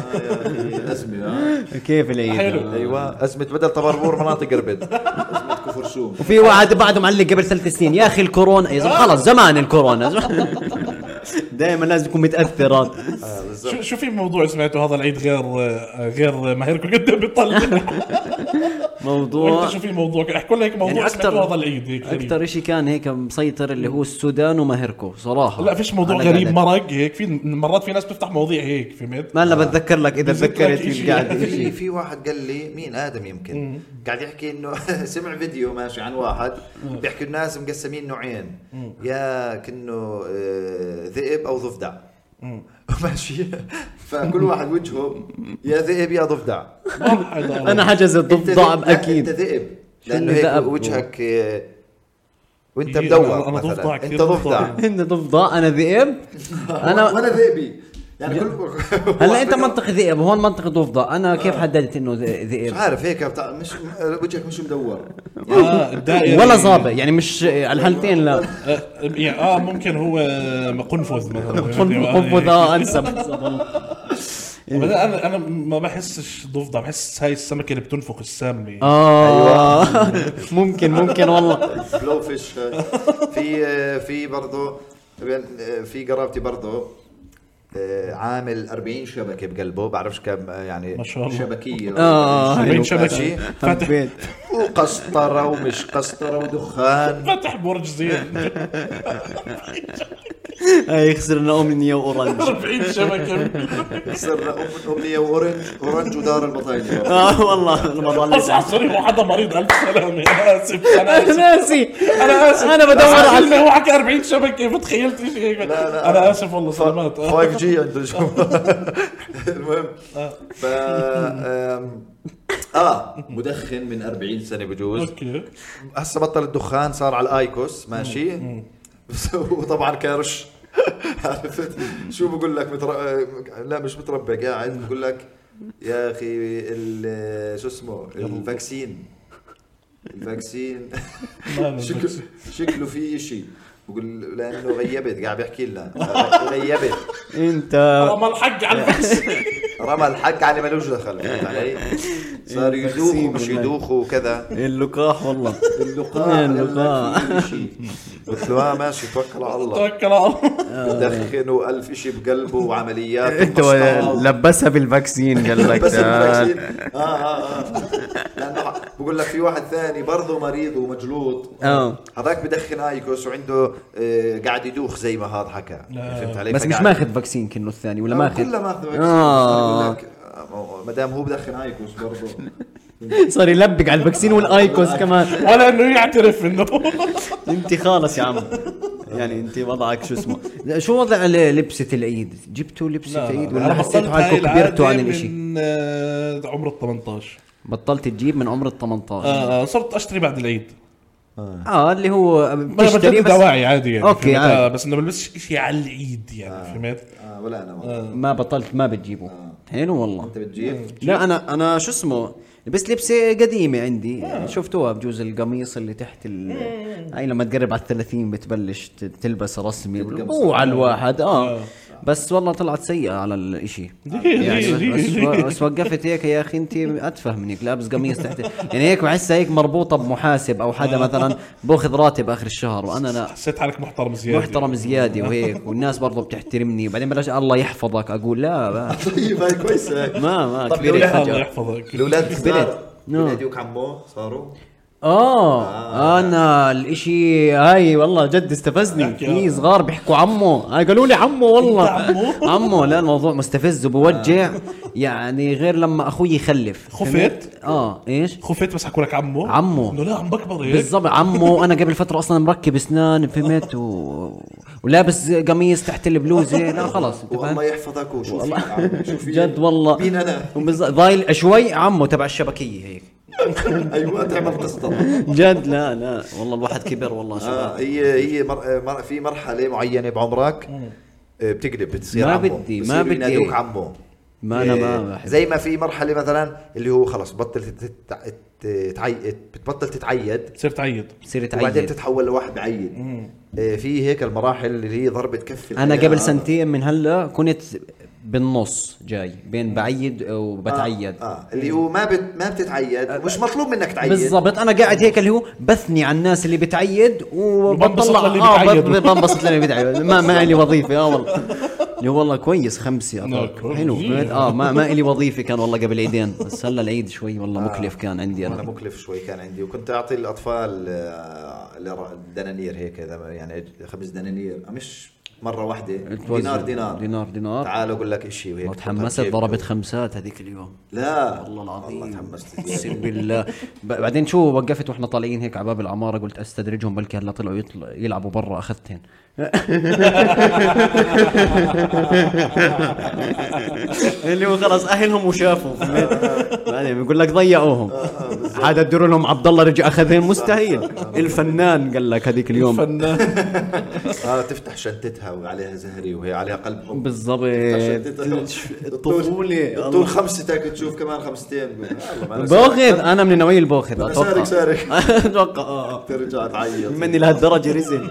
ازمه. كيف العيد؟ ايوه ازمه بدل طبربور مناطق قربد. ازمه كفر شوم. وفي واحد بعده معلق قبل 3 سنين يا اخي الكورونا يا خلص زمان الكورونا. دائما لازم يكون متاثر. شو في موضوع سمعته هذا العيد غير ماهركم قد بيطلع موضوع. انت شو في موضوع احكوا لنا هيك موضوع يعني سمعته هذا العيد هيك اكثر شيء كان هيك مسيطر اللي هو السودان وماهركو صراحه. لا فيش موضوع غريب مرق هيك. في مرات في ناس بتفتح مواضيع هيك فهمت. ما انا بتذكر لك اذا تذكرت في قاعد في واحد قال لي مين ادم يمكن قاعد يحكي انه سمع فيديو ماشي عن واحد بيحكي الناس مقسمين نوعين يا كأنه ذئب او ضفدع ماشي. فكل واحد وجهه يا ذئب يا ضفدع. انا حجز الضفدع اكيد. انت ذئب لانه هيك وجهك وانت مدور مثلا. انت ضفدع. انت ضفدع انا ذئب. وانا ذئبي يعني كل هلا انت منطق ذئب هون منطق ضفدع. انا كيف حددت انه ذئب؟ مش عارف هيك مش وجهك مش مدور ولا ظابط يعني مش على الحالتين. لا يعني ممكن هو قنفذ مثلا. قنفذ انسب. انا ما بحسش ضفدع بحس هاي السمكه اللي بتنفخ السامه. ايوه ممكن والله. بلو فيش. في برضه في قرابتي برضه عامل 40 شبكه بقلبه بعرفش كم يعني شبكيه 40 شبكه فاتح وقسطره ومش قسطره ودخان فاتح برج زين. هاي خسرنا امنيه واورنج. 40 شبكه خسرنا امنيه واورنج ودار البطاينه. والله المظله سوري هو حدا مريض الف سلامه. انا اسف انا بدور على هو حكى 40 شبكه فتخيلت شيء هيك. انا اسف والله سلامات. 5G عنده المهم مدخن من 40 سنه بجوز. اوكي هسه بطل الدخان صار على الايكوس ماشي. وطبعا كارش. عرفت شو بقول لك لا مش متربع قاعد بقول لك يا اخي شو اسمه الفاكسين شكله فيه شيء بقول لانه غيبت قاعد بيحكي لنا غيبت انت رمى الحق على الفاكسين. رمى الحق على ملوش دخل علي. صار يدوخوا مش يدوخوا وكذا. اللقاح والله اللقاح قلت له ماشي توكل على الله دخنوا 1000 شيء بقلبه وعمليات. انت لبسها بالفاكسين قال لك لانه بقول لك في واحد ثاني برضه مريض ومجلوط هذاك بدخن ايكوس وعنده قاعد يدوخ زي ما هذا حكى. فهمت علي؟ بس مش ماخذ فاكسين كأنه الثاني ولا ماخذ؟ كله ماخذ فاكسين. ما دام هو بدخن ايكوس برضه صار يلبق على الفاكسين والايكوس كمان ولا انه يعترف انه انت خالص يا عم. يعني انت وضعك شو اسمه شو وضع لبسة العيد؟ جبتوا لبسة عيد ولا حسيتوا حالكم كبرتوا عن الاشي؟ من عمر 18 بطلت تجيب من عمر 18. صرت اشتري بعد العيد. اللي هو بتشتري بس دواعي عادي يعني. اوكي عادي. بس انه بلبسش شيء على العيد يعني فهمت. ولا انا ما بطلت ما بتجيبه. حلو والله. انت بتجيب؟ لا انا شو اسمه بس لبسه قديمه عندي. شفتوها بجوز القميص اللي تحت هاي لما تقرب على 30 بتبلش تلبس رسمي وعلى الواحد بس والله طلعت سيئة على الاشي يعني. بس وقفت هيك يا اخي انت اتفه منك لابس قميص تحت يعني هيك بحسها هيك مربوطة بمحاسب او حدا مثلا باخذ راتب اخر الشهر وانا لا. حسيت حالك محترم زيادة وهيك والناس برضو بتحترمني وبعدين بلاش الله يحفظك اقول لا طيب هاي كويسة. ما كبير الله يحفظك. الاولاد يديوك عمو صاروا انا الاشي هاي والله جد استفزني. في صغار بيحكوا عمو قالوا لي عمو والله عمو. لا الموضوع مستفز وبوجع يعني غير لما اخوي يخلف خفت ايش خفت بس حكوا لك عمو انه لا عم بكبر هيك بالضبط عمو. انا قبل فتره اصلا مركب اسنان فهمت ولابس قميص تحت البلوزه. لا خلاص والله يحفظك وشوف جد والله مين انا ضايل شوي عمو تبع الشبكيه هيك. ايوه تعمل قسطه جد. لا والله الواحد كبر والله شباب. هي في مرحله معينه بعمرك بتقلب بتصير ما عمو. ما بدي ينادوك عمو. ما انا ما بحب. زي ما في مرحله مثلا اللي هو خلص بطل بتبطل تتعيد، تصير تعيد وبعدين تتحول لواحد بعيد. في هيك المراحل اللي هي ضربة كف. انا قبل سنتين من هلا كنت بالنص جاي بين بعيد وبتعيد. اللي هو ما بتتعيد، مش مطلوب منك تعيد بالضبط. انا قاعد هيك اللي هو بثني على الناس اللي بتعيد وبطلع بنبسط للي بتعيد. ما لي وظيفه والله اللي هو والله كويس 5 حلو. ما لي وظيفه كان والله قبل عيدين، بس هلا العيد شوي والله مكلف كان عندي. انا مكلف شوي كان عندي، وكنت اعطي الاطفال دنانير هيك يعني 5 دنانير، مش مرة واحدة، دينار تعال أقول لك إشي. وهيك تحمست ضربت 5 هذيك اليوم. لا والله العظيم والله تحمست بسم بالله. بعدين شو وقفت واحنا طالعين هيك على باب العمارة، قلت استدرجهم بلكي هلا طلعوا يلعبوا برا أخذتهن. اللي هو خلاص أهلهم وشافوا بعدين بيقول لك ضيعوهم. هذا تدور لهم عبد الله رجع أخذهن، مستحيل. الفنان قال لك هذيك اليوم الفنان تفتح شنتتها وعليها زهري وهي عليها قلبهم بالضبط. الطفولة طول 5 تشوف كمان 5 باخذ. أنا من النوعية الباخذ أتوقع. سارك أتوقع ترجع تعيط مني لهالدرجة رزل.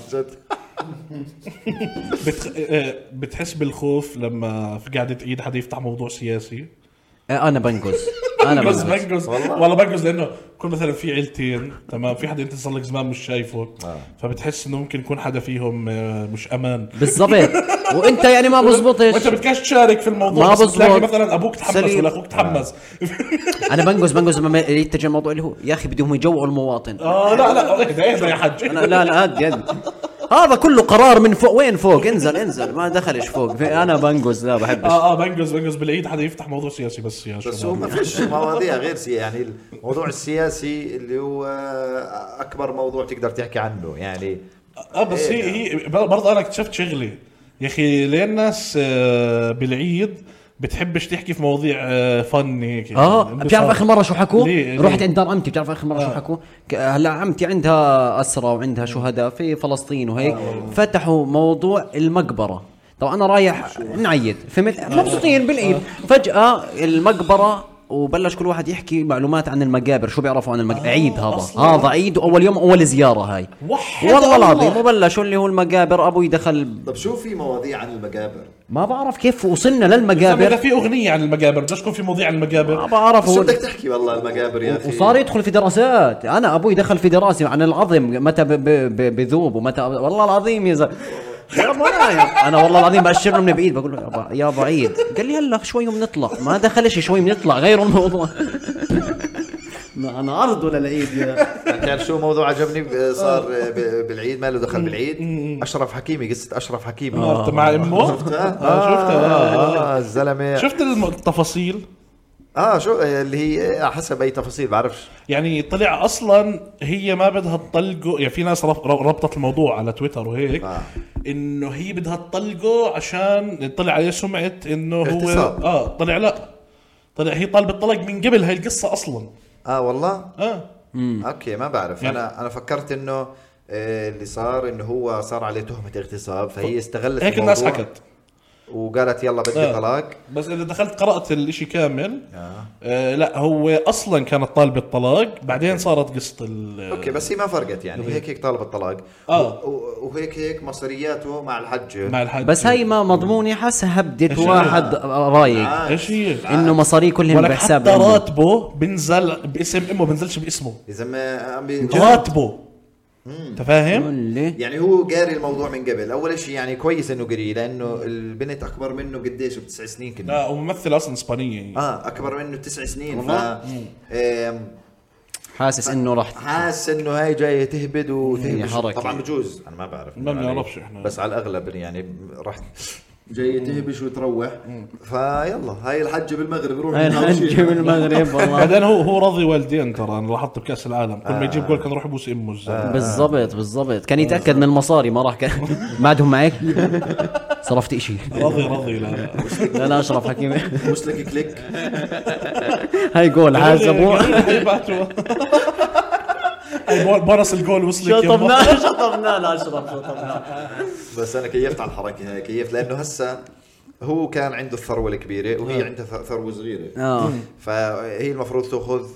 بتحس بالخوف لما في قاعدة عيد حدا يفتح موضوع سياسي؟ انا بنقص والله بنقص لانه كل مثلا في عيلتين تمام، في حدا انت صار لك زمان مش شايفه فبتحس انه ممكن يكون حدا فيهم مش امان بالضبط. وانت يعني ما بزبطش وانت بدكش تشارك في الموضوع، ما بزبط. تلاقي مثلا ابوك تحمس ولا اخوك تحمس. انا بنقص لما يتجه الموضوع اللي هو يا اخي بدهم يجوعوا المواطن. لا اهدى يا حج. لا هاد هذا كله قرار من فوق. وين فوق؟ انزل ما دخلش فوق. انا بنقص لا بحبش. بنقص بالعيد حدا يفتح موضوع سياسي بس يا شباب. بس هو ما فيش مواضيع غير يعني الموضوع السياسي اللي هو اكبر موضوع تقدر تحكي عنه يعني. بس هي برضه انا اكتشفت شغله يا اخي، ليه الناس بالعيد بتحبش تحكي في مواضيع فن هيك. بتعرف اخر مره شو حكوا؟ رحت عند دار عمتي. بتعرف اخر مره شو حكوا؟ هلا عمتي عندها اسرى وعندها شهداء في فلسطين وهيك. فتحوا موضوع المقبره. طبعا انا رايح نعيد مبسوطين بالعيد، فجاه المقبره وبلش كل واحد يحكي معلومات عن المقابر. شو بيعرفوا عن المقابر؟ عيد هذا عيد، واول يوم اول زياره هاي والله العظيم. وبلشوا اللي هو المقابر. ابوي دخل. طب شو في مواضيع عن المقابر؟ ما بعرف كيف وصلنا للمقابر. إذا في أغنية عن المقابر بدش يكون في مواضيع عن المقابر. ما بعرف شو بدك تحكي والله المقابر يا أخي. وصار يدخل في دراسات. أنا أبوي دخل في دراسة عن العظم متى بذوب ومتى. والله العظيم يا أنا والله العظيم بأشر له من بعيد بقول له يا بعيد. قال لي هلا شوي بنطلع. ما دخلش شوي بنطلع غير الموضوع. أنا عرض ولا العيد كان شو موضوع عجبني صار بالعيد ما له دخل بالعيد. أشرف حكيمي، قصة أشرف حكيمي مع أمه. شفتها الزلمة. شفت التفاصيل. شو اللي هي حسب أي تفاصيل بعرفش يعني. طلع أصلا هي ما بدها تطلقه يعني. في ناس ربطت الموضوع على تويتر وهيك إنه هي بدها تطلقه عشان طلع عليه سمعة إنه هو طلع هي طالبة الطلاق من قبل هاي القصة أصلا. والله اوكي ما بعرف يعني. انا فكرت انه اللي صار انه هو صار عليه تهمة اغتصاب، فهي استغلت هيك الناس حكت وقالت يلا بدي طلاق. بس إذا دخلت قرأت الاشي كامل لا هو أصلا كانت طالبة الطلاق، بعدين صارت قصة أوكي. بس هي ما فرقت يعني. هيك طالبة الطلاق وهيك مصرياته مع الحج. بس هاي ما مضمونة. حس هبدت واحد رايق ايش هي انه مصاري كلهم بحساب حتى راتبه بنزل باسم امه بنزلش باسمه. اذا ما راتبه انت فاهم يعني. هو قاري الموضوع من قبل. اول شيء يعني كويس انه قري، لانه البنت اكبر منه قديش ب9 سنين كنا. وممثل اصلا اسبانيه. اكبر منه 9 سنين. حاسس انه راح حاسس انه هاي جايه تهبد طبعا بجوز انا ما بعرف ما بنعرفش احنا، بس على الاغلب يعني راح جاي تهبش وتروح. فيلا هاي الحج بالمغرب روح. هاي الحج بالمغرب والله. بعدين هو راضي والدين ترى. انا لاحظت بكاس العالم كل ما يجيب جول كان يروح يبوس امه بالضبط كان يتاكد من المصاري. ما راح ما عندهم معك صرفت إشي. راضي لا اشرف حكيمي مسلك كليك. هاي جول حاسبوا بونص الجول وصلك. شطبنا لاشرف بس انا كيفت على الحركه هاي. كيفت لانه هسه هو كان عنده الثروه الكبيره وهي عندها ثروه صغيره. فهي المفروض تاخذ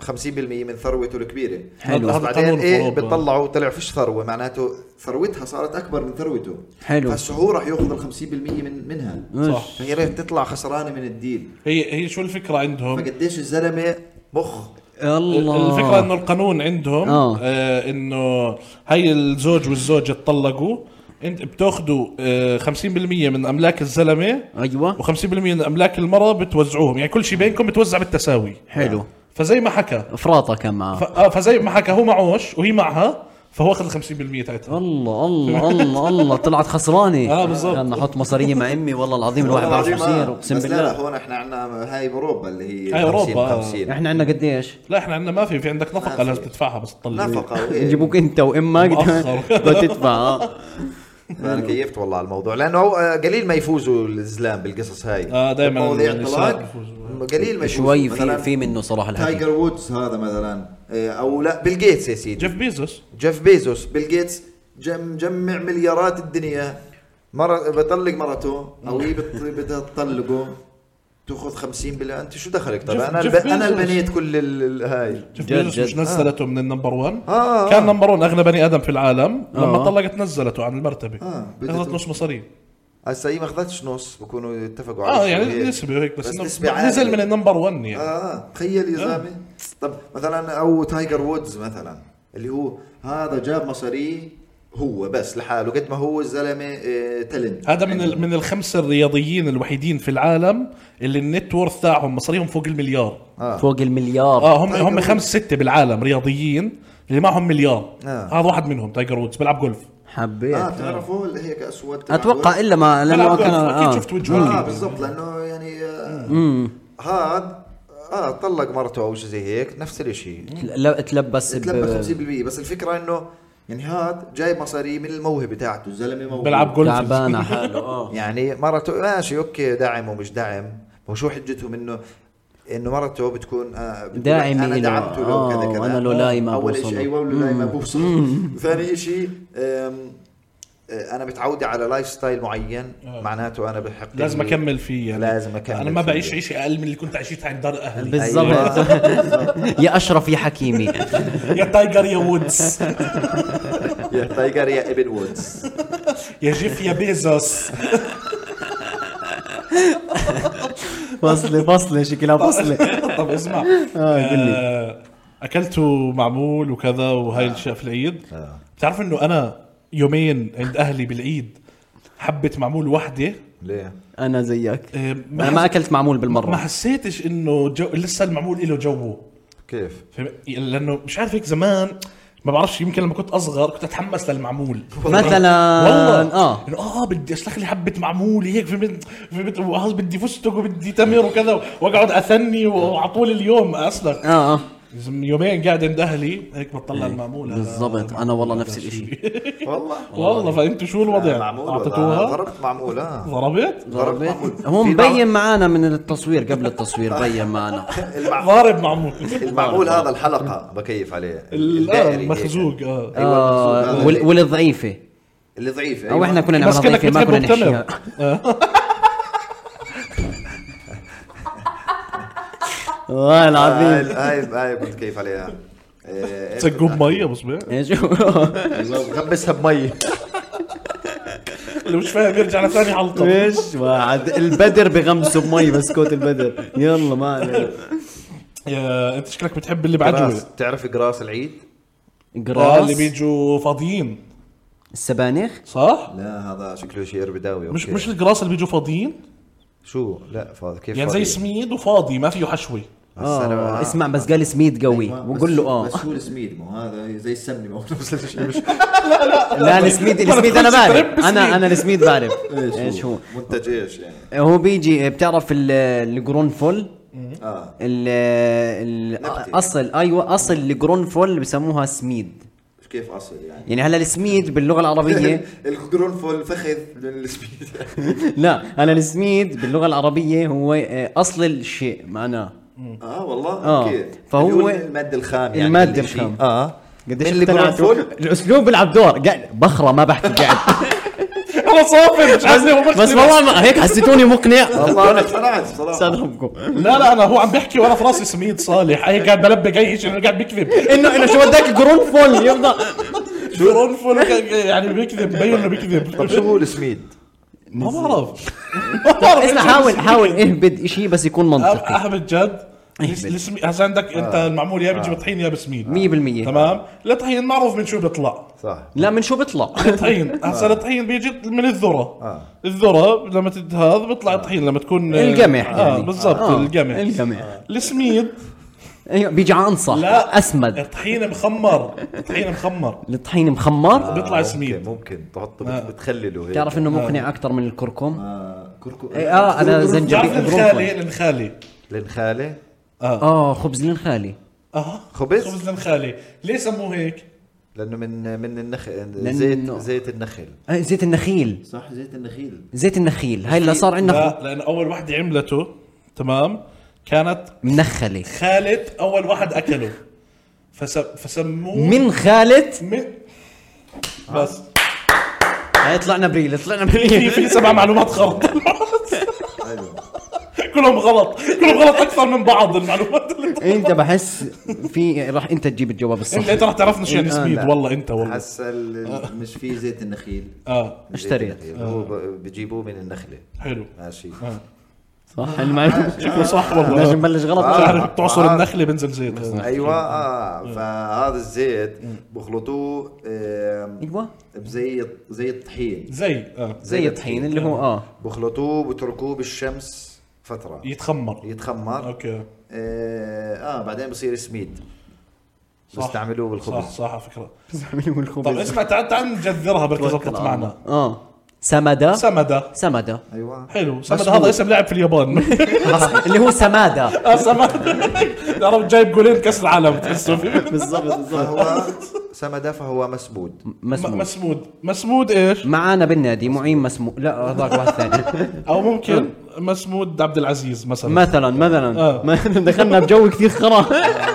50% من ثروته الكبيرة. حلو. بس بعدين ايه بتطلعوا طلع فيش ثروة، معناته ثروتها صارت اكبر من ثروته. حلو. فهو راح ياخذ 50% منها. صح. فهي راح تطلع خسرانة من الديل. هي شو الفكرة عندهم؟ فقديش الزلمة مخ. الله. الفكرة انه القانون عندهم انه هاي الزوج والزوجة اتطلقوا، انت بتاخذوا 50% من املاك الزلمة، ايوه، و50% من املاك المرأة بتوزعوهم، يعني كل شيء بينكم بتوزع بالتساوي. حلو. فزي ما حكى افراطه كان معه. فزي ما حكى هو معوش وهي معها، فهو اخذ 50% تاعتها. الله الله الله الله، طلعت خسرانه. بالضبط. كان نحط مصاريه مع امي، والله العظيم الواحد بعرف يصير، اقسم بس بالله. لا هون احنا عندنا هاي اوروبا اللي هي هاي 50 أوروبا. 50. احنا عندنا قديش؟ لا احنا عندنا ما في عندك نفقة في. لازم تدفعها بس تطلع. نفقة يجيبوك انت وامك بدك تدفع. انا كيفت والله على الموضوع، لانه قليل ما يفوزوا الزلام بالقصص هاي. دائما مواضيع الطلاق قليل ما يفوزوا. شوي في منه صراحه الحكي. تايجر وودز هذا مثلا، او لا بيل جيتس يا سيدي، جيف بيزوس. بيل جيتس جمع مليارات الدنيا، بطلق مرته او هي بتطلقه، تاخذ 50%. انت شو دخلك؟ طبعا انا البنيت كل هاي. جيف بيزوس مش نزلته من النمبر 1. كان نمبر 1 اغنى بني ادم في العالم. لما طلقت نزلته عن المرتبه. اخذت نص مصاري. هسه هي ما اخذتش نص، بكونوا اتفقوا على يعني نسبه وهيك، بس نسبة نزل من النمبر 1 يعني. تخيل يا زلمه. طب مثلا او تايجر وودز مثلا، اللي هو هذا جاب مصاري هو بس لحاله، قد ما هو الزلمه تالنت. هذا من الخمسه الرياضيين الوحيدين في العالم اللي النت وورث تاعهم مصاريهم فوق المليار. فوق المليار. هم 5-6 بالعالم رياضيين اللي معهم مليار. هذا واحد منهم تايجر وودز، بلعب جولف. حبيت. بتعرفوا اللي هيك اسود اتوقع الا ما لانه كان اكيد شفت وجهه. بالضبط، لانه يعني هذا طلق مرته او شيء زي هيك، نفس الشيء. لا تلبس 50%. بس الفكره انه يعني هاد جايب مصاري من الموهبه تاعته، الزلمه موهوب بلعب جولف تعبان على حاله. يعني مرته ماشي اوكي داعم ومش داعم، وشو حجتهم انه مرته بتكون داعمه انا دعمته له كذا كذا، انا لو لاي ما اول بوصل. شيء ايوه لو لاي ما بوصل. ثاني شيء انا متعودة على لايف ستايل معين، معناته انا بحق لازم اكمل فيه يعني. لازم اكمل. انا ما بعيش عيشه اقل من اللي كنت عايشتها عند دار اهلي. بالضبط. يا اشرف يا حكيمي، يا تايجر يا وودز، يا تايجر يا ابن وودز، يا جيف يا بيزوس. فصلة شكلها فصلة. طب اسمع، اكلته معمول وكذا وهاي الاشياء في العيد. بتعرف انه انا يومين عند اهلي بالعيد حبت معمول وحده. ليه؟ انا زيك، انا ما اكلت معمول بالمره. ما حسيتش انه لسه المعمول له جوه. كيف؟ لانه مش عارف هيك زمان، ما بعرفش، يمكن لما كنت اصغر كنت اتحمس للمعمول مثلا. والله بدي اشلخ لي حبه معمول هيك في بيت بدي فستق وبدي تمر وكذا، واقعد اثني وعطول اليوم اصلا. يومين قاعد عند اهلي هيك بطلع المعمول. بالضبط. انا والله نفس الشيء. والله فانتوا شو الوضع؟ اعطيتوها؟ ضربت معمول. ضربت هو مبين معانا من التصوير، قبل التصوير بين معانا ضارب معمول. المعمول هذا الحلقة بكيف عليه، المخزوق. والضعيفة اللي ضعيفة. او احنا كنا نعمل ضعيفة ما كنا نحشيها. والله العظيم هاي كنت كيف عليها. تسقوا بمية بصبع. ايش غبسها بمية. اللي مش فاهم يرجع لثاني حلقة. ايش واحد البدر بغمسه بمي، بسكوت البدر. يلا ما علينا. يا انت شكلك بتحب اللي بعجوه. تعرف قراص العيد؟ قراص اللي بيجوا فاضيين، السبانخ صح؟ لا هذا شكله شيء بداوي. مش القراص اللي بيجوا فاضيين. شو؟ لا فاضي كيف؟ يعني زي سميد وفاضي ما فيه حشوي. اسمع بس قال سميد قوي وقول له بس هو السميد مو هذا زي السمنه مو نفس الشيء. مش لا السميد انا بعرف، انا السميد بعرف ايش هو منتج ايش يعني. هو بيجي بتعرف القرنفل. اصل ايوه اصل القرنفل بسموها سميد. كيف اصل يعني هلا السميد باللغه العربيه القرنفل فخذ للسميد. لا انا السميد باللغه العربيه هو اصل الشيء معناه. والله اوكي. فهو الماده الخام يعني الماده الخام. قديش القرنفل الاسلوب بيلعب دور. قاعد بخره ما بحكي قاعد. والله صافي مش عايزني بس والله ما هيك حسيتوني مقنع. والله انا اقتنعت صراحه. صدقكم لا انا هو عم بيحكي وانا في راسي سميد صالح، هي قاعد بلبق اي شيء، قاعد بيكذب. انه شو بدك قرنفل يفضل قرنفل يعني بيكذب، مبين انه بيكذب. طب شو هو السميد؟ ما بعرف. اسمع حاول اهبد شيء بس يكون منطقي. احمد جد هسه عندك انت المعمول يا بيجي طحين يا بسميد 100%. تمام. الطحين معروف من شو بيطلع. صح. لا من شو بيطلع؟ الطحين هسه الطحين بيجي من الذره. الذره لما هذا بيطلع الطحين لما تكون القمح يعني. بالضبط القمح. السميد ايوه بيجي عنصح. لا اسمد. الطحين مخمر. الطحين مخمر بيطلع سميد. ممكن تحط بتخلله هيك. تعرف انه مقنع اكثر من الكركم. كركم. انا زنجبيل. النخالة. خبز النخالي. خبز النخالي. ليه سموه هيك؟ لانه من النخل، زيت النخل. زيت النخيل. صح زيت النخيل هاي اللي صار عندنا. لا لان اول وحده عملته تمام كانت منخلة. خالة اول واحد اكله فسموه من خالة. بس هاي طلعنا بريل في 7 معلومات غلط. كلهم غلط اكثر من بعض المعلومات اللي انت بحس في راح انت تجيب الجواب الصح. انت راح تعرفنا شو يعني سميد. والله انت والله حس مش في زيت النخيل. اشتريت. هو بجيبوه من النخله. حلو ماشي. صح المعلومة شكله صح والله. لازم نبلش غلط. تعرف بتعصر النخله بنزل زيت. ايوه فهذا الزيت بخلطوه ايوه زي الطحين. زي الطحين اللي هو بخلطوه بتركوه بالشمس فتره يتخمر. اوكي. بعدين بصير سميد. بستعملوه بالخبز. صح على فكره. بستعملوه بالخبز. طب اسمع تعال نجذرها بركي زبطت معنا. سمدة. ايوه حلو. سمدة هذا اسم لاعب في اليابان. اللي هو سمادة. سمدة تعرف جايب جولين كاس العالم تحسه فيه. بالضبط. فهو سمدة فهو مسمود ايش؟ معانا بالنادي معين مسمود. لا هذاك واحد ثاني. او ممكن مسمود عبد العزيز مثلا دخلنا بجو كثير خرا.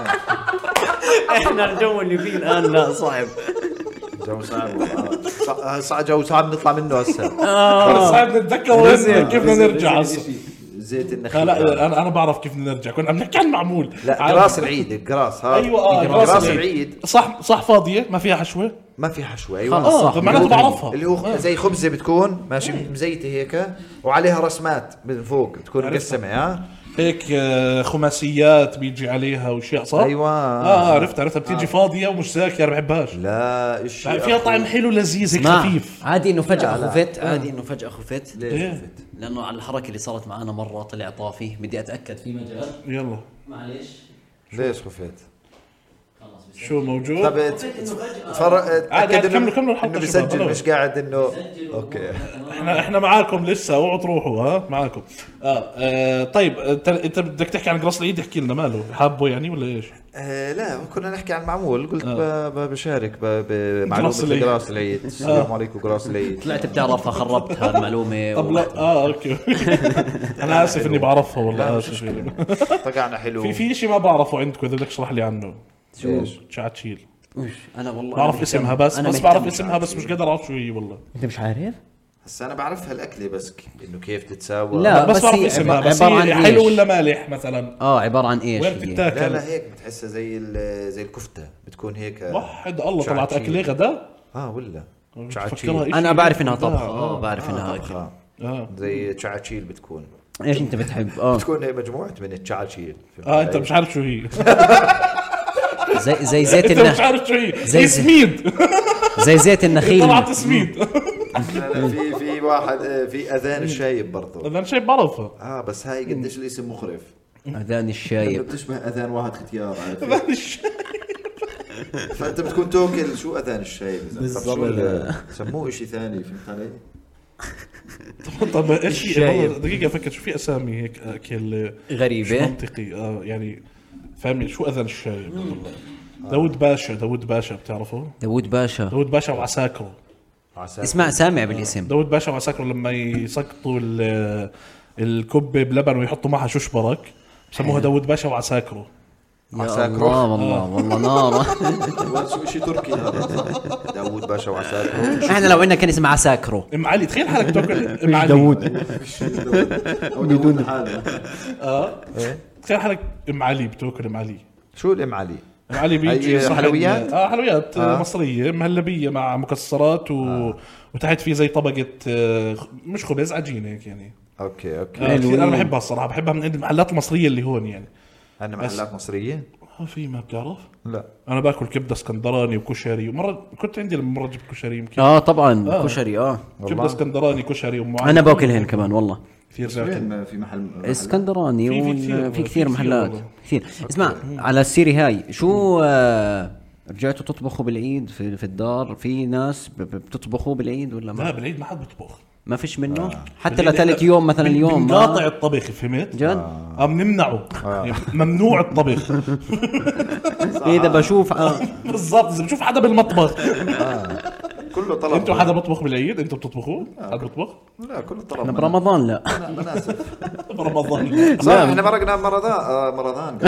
احنا الجو اللي فيه الان لا صعب. جو صعب. جو صعب نطلع منه هسه. صعب نتذكر كيف بدنا نرجع هسه. زيت النخيل. لا انا بعرف كيف بدنا نرجع. كنا عم نحكي عن معمول. لا قراص العيد. القراص هذا. ايوه قراص العيد. صح فاضيه ما فيها حشوه. ايوه صح. معناته بعرفها. اللي هو زي خبزه بتكون ماشي مزيته هيك وعليها رسمات من فوق تكون مقسمه. هيك خماسيات بيجي عليها وشيء صح. ايوه عرفتها بتيجي فاضيه ومش زاكيه. انا بحبهاش. لا ايش فيها طعم حلو لذيذ هيك خفيف. عادي انه فجأة خفت. ليش خفت؟ لانه على الحركه اللي صارت معنا مره طلع طافي. بدي اتاكد في مجال. يلا معليش. ليش خفت؟ شو موجود؟ طب عادي كملوا الحلقه. بسجل مش قاعد انه اوكي. احنا معاكم لسه. اوعوا تروحوا. معاكم. طيب انت بدك تحكي عن قراص العيد. احكي لنا ماله حابه يعني ولا ايش؟ لا كنا نحكي عن معمول. قلت بشارك بمعلومه قراص العيد. السلام عليكم قراص العيد. طلعت بتعرفها خربتها المعلومه. طب لا اوكي. انا اسف اني بعرفها والله. اسف. طقعنا حلو. في شيء ما بعرفه عندكم اذا بدك تشرح لي عنه. شو تشاتشيل. انا والله بعرف اسمها بس بعرف اسمها بس مش قادر اعرف شو هي والله. انت مش عارف؟ هسه انا بعرفها الاكله بس انه كيف تتساوى. لا بس بعرف اسمها. بس هي حلو ولا مالح مثلا؟ عباره عن ايش؟ وين بتتاكل؟ لا هيك بتحسها زي الكفته بتكون هيك. وحد الله طلعت اكله غدا. ولا انا بعرف انها طبخه. بعرف انها اكل. زي تشاتشيل بتكون. ايش انت بتحب؟ بتكون هي مجموعه من التشاتشيل. انت مش عارف شو هي. زي زيت النخيل. مش عارف شو هي. سميد. زي زيت النخيل. طلعت سميد. في واحد في اذان الشايب برضه. اذان الشايب بعرفها. بس هاي قديش الاسم مخرف. اذان الشايب بتشبه اذان واحد ختيار. عارف اذان الشايب. فانت بتكون توكل شو اذان الشايب بالضبط. سموه شيء ثاني. فهمت علي؟ طب ايش دقيقه افكر شو في اسامي هيك اكل غريبه منطقي. يعني فاهمني شو اذان الشايب. داود باشا بتعرفه؟ داود باشا وعساكره. اسمع سامع بالاسم. داود باشا وعساكره لما يسقطوا الكبه بلبن ويحطوا معها شوشبرك بسموها داود باشا وعساكره. الله والله نار. شيء تركي هذا داوود باشا وعساكرو. احنا لو عندنا كان اسمه عساكرو. ام علي تخيل حالك تاكل ام علي بدون حاله. تخيل حالك ام علي بتاكل ام علي. شو الام علي؟ ام علي بيجي حلويات. حلويات مصريه مهلبيه مع مكسرات وتحت فيه زي طبقه مش خبز عجينه هيك يعني. اوكي كثير انا بحبها الصراحه، بحبها من عند المحلات المصريه اللي هون يعني. عندنا محلات مصريه في ما بتعرف؟ لا انا باكل كبده اسكندراني وكشري، ومره كنت عندي لما مره جبت كشري يمكن. طبعا كشري كبده اسكندراني كشري انا باكلهن كمان والله كثير. في محل اسكندراني وفي كثير محلات كثير. اسمع على السيري هاي شو رجعتوا تطبخوا بالعيد في الدار؟ في ناس بتطبخوا بالعيد ولا ما؟ لا بالعيد ما حد بيطبخ، ما فيش منه حتى لثالث يوم مثلا اليوم قاطع الطبخ فهمت جد بنمنعه يعني ممنوع الطبخ. اذا بشوف بالضبط اذا بشوف حدا بالمطبخ كله طلب. انتوا حدا بيطبخ بالعيد؟ انتوا بتطبخوا؟ حدا بيطبخ؟ لا كله طلب. احنا برمضان لا برمضان صح. احنا مرقنا مرضان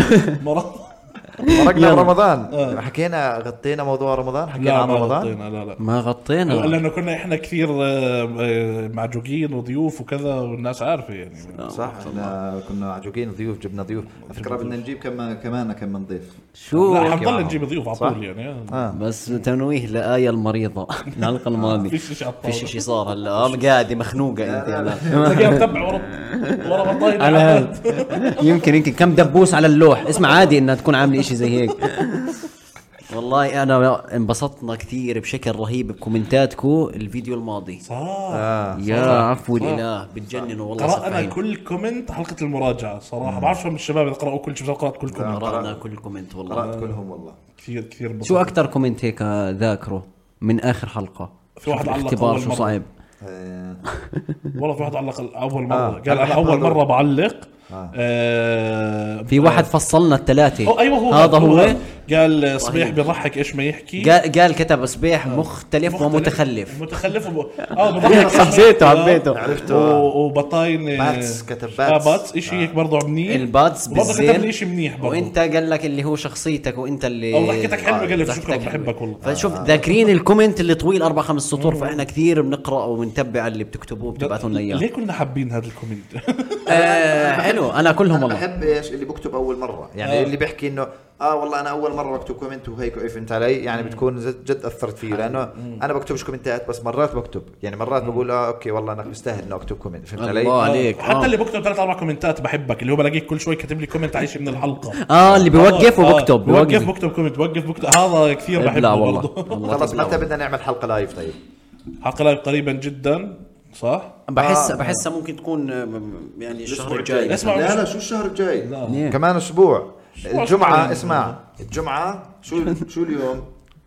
مرقنا برمضان. حكينا غطينا موضوع رمضان. حكينا عن رمضان. لا ما غطينا لانه كنا احنا كثير معجوقين وضيوف وكذا والناس عارفه يعني. صح احنا كنا معجوقين ضيوف، جبنا ضيوف. فكرة بدنا نجيب كم من ضيف. شو لا حنضل نجيب ضيوف على طول يعني. بس تنويه لآية المريضة الحلقة الماضية فيش شيء صار هلا قاعدة مخنوقة انت. تلاقيها متبع ورا بطاينة. يمكن كم دبوس على اللوح. اسمع عادي انها تكون عاملة اشي زي هيك. والله انا انبسطنا كثير بشكل رهيب بكومنتاتكم الفيديو الماضي. يا عفو الاله بتجننوا والله. قرأنا كل كومنت حلقة المراجعة صراحة. بعرف من الشباب اللي قرأوا كل شيء. قرأت كل كومنت. قرأنا كل كومنت والله. قرأت كلهم والله. كثير شو اكثر كومنت هيك ذاكره من اخر حلقة؟ في واحد علق اختبار شو صعب والله. في واحد علق اول مرة قال انا اول مرة بعلق. في واحد فصلنا الثلاثة. ايوه هو قال صبيح بيضحك ايش ما يحكي. قال كتب صبيح مختلف ومتخلف. حبيته عرفته. وبطاين باتس كتب باتس اشي هيك برضه منيح. الباتس بالزين كتب لي شيء منيح برضه. وانت قال لك اللي هو شخصيتك وانت اللي ضحكتك حلوه. قال لي شكرا بحبك والله. فشوف ذاكرين الكومنت اللي طويل 4-5 سطور. فاحنا كثير بنقرأ وبنتبع اللي بتكتبوه بتبعثوا لنا اياه. ليه كنا حابين هذا الكومنت؟ حلو. انا كلهم والله بحب ايش اللي بكتب اول مره يعني. اللي بيحكي انه والله انا اول مره بكتب كومنت وهيك فهمت علي يعني. بتكون جد اثرت فيه لانه انا بكتبش كومنتات بس مرات بكتب يعني. مرات بقول اوكي والله انا بستاهل انه اكتب كومنت فهمت علي. الله عليك. حتى اللي بكتب 3-4 كومنتات بحبك اللي هو بلاقيك كل شوي كاتب لي كومنت عايش من الحلقه. اللي بيوقف وبكتب بكتب كومنت بكتب هذا كثير بحبه برضه. خلاص متى بدنا نعمل حلقه لايف؟ طيب حلقه لايف قريبا جدا صح. بحسها ممكن تكون يعني الشهر الجاي. اسمع لا شو الشهر الجاي؟ كمان اسبوع. الجمعه اسمع الجمعه شو اليوم؟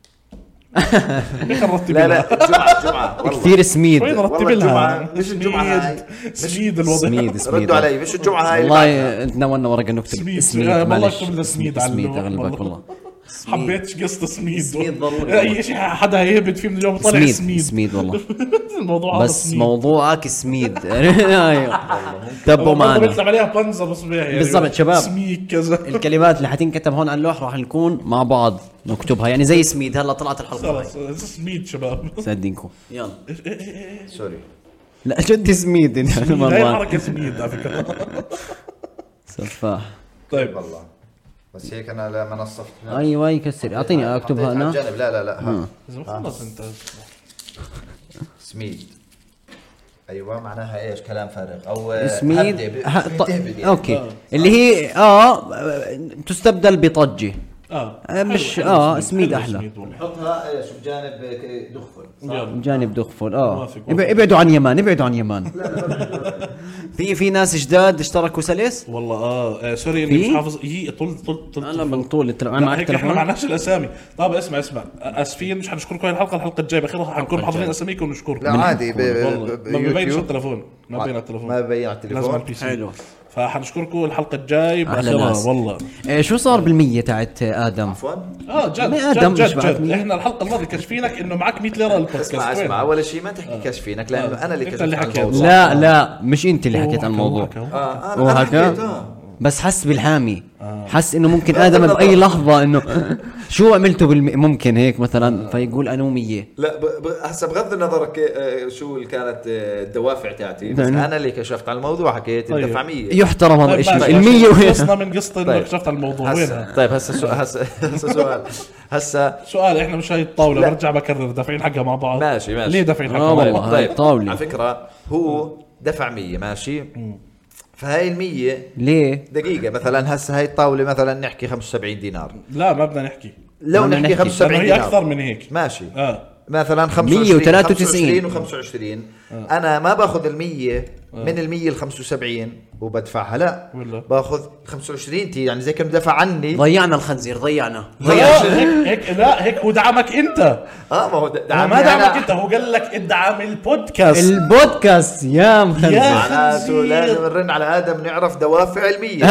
لا الجمعه كثير سميد رتب لها. مش الجمعه هاي سميد الوضع. ردوا علي مش الجمعه هاي. والله نتناولنا ورقه نكتب سميد. والله كتبنا سميد اغلبك والله. حبيتش قصة سميد ضروري. اي شيء حدا هيهبط فيه من اليوم طلع سميد والله. الموضوع بس سميد. موضوعك سميد. ايوه تبوا معنا بنطلع عليها بنزر صبيح يعني. بالضبط شباب. سميد كذا. الكلمات اللي حتنكتب هون على اللوح راح نكون مع بعض نكتبها يعني زي سميد. هلا طلعت الحلقه سميد شباب صدقكم. يلا سوري لا جد سميد. هاي حركه سميد على فكره. سفاح. طيب والله بس هيك انا لما نصفت. ايوه يكسر اعطيني اكتبها انا. لا خلص انت. سميد ايوه معناها ايش؟ كلام فارغ او سميد يعني. اوكي اللي هي تستبدل بطجه. مش سميد احلى. نحطها ايش بجانب دخفل. جانب دخفل. ابعدوا عن يمان. في ناس جداد اشتركوا سلس والله سوري اني مش حافظ. هي طول انا من طول معك التليفون. احنا معناش الاسامي. طب اسمع اسفين مش حنشكركم هاي الحلقه الجايه باخرها حنكون محضرين اساميكم ونشكركم. لا عادي ما ببينش التليفون. ما بين التليفون لازم البي سي. حلو. فحنشكركم الحلقه الجاي باخرها والله. شو صار بالمية تاعت ادم؟ عفوا جد احنا الحلقه الماضيه كشفينك انه معك 100 ليره البودكاست. اسمع اول شيء ما تحكي كشفينك لانه انا اللي كشفت. لا مش انت اللي حكيت عن الموضوع. انا حكيت بس حس بالحامي حس انه ممكن ادم باي لحظه انه شو عملته ممكن هيك مثلا فيقول انا 100. لا هسه بغض النظر شو اللي كانت الدوافع تاعتي، بس انا اللي كشفت على الموضوع حكيت الدفع 100 يحترم هذا الشيء. ال100 خلصنا من قصه انه كشفت على الموضوع. وينها؟ طيب هسه سؤال سؤال احنا مش هاي الطاوله برجع بكرر دافعين حقها مع بعض. ماشي ليه دافعين حقها مع بعض؟ طيب طاوله على فكره هو دفع 100 ماشي. فهاي 100 ليه دقيقه مثلا هسه هاي الطاوله مثلا نحكي 75 دينار. لا ما بدنا نحكي، لو نحكي 75 هي دينار اكثر من هيك ماشي. مثلا 193 و25 انا ما باخذ ال100 من ال100 ل75 وبدفعها، لا باخذ 25 تي يعني زي كم دفع عني. ضيعنا الخنزير ضيعنا هيك لا هيك هو دعمك انت. ما هو دعمني ما دعمك انت، هو قال لك ادعم البودكاست يا مخنزر. معناته لازم نرن على ادم نعرف دوافع ال100.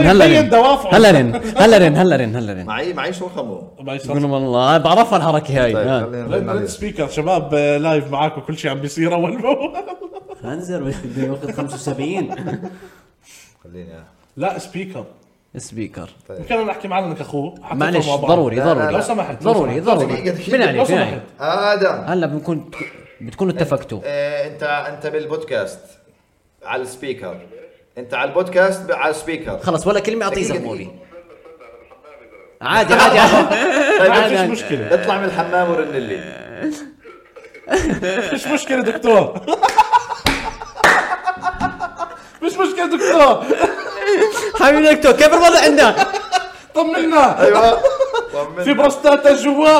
هلا رن معي شو رقمه؟ يقول والله بعرفها الحركه هاي. رن سبيكر شباب لايف معاكم كل شيء عم بيصير اول خنزر بده ياخذ 75. خليني لا سبيكر طيب. كان نحكي معلنك اخوه معلش ضروري لو سمحت ضروري بنعني ادم هلا بتكونوا اتفقتوا. انت بالبودكاست على السبيكر، انت على البودكاست على السبيكر خلص ولا كلمه اعطيه زغموري عادي ما فيش مشكله. اطلع من الحمام ورن لي. مش مشكله دكتور. مش مشكله دكتور. حبيبي دكتور كيف الوضع عندك؟ طمنا. ايوه في بروستاتا جوا.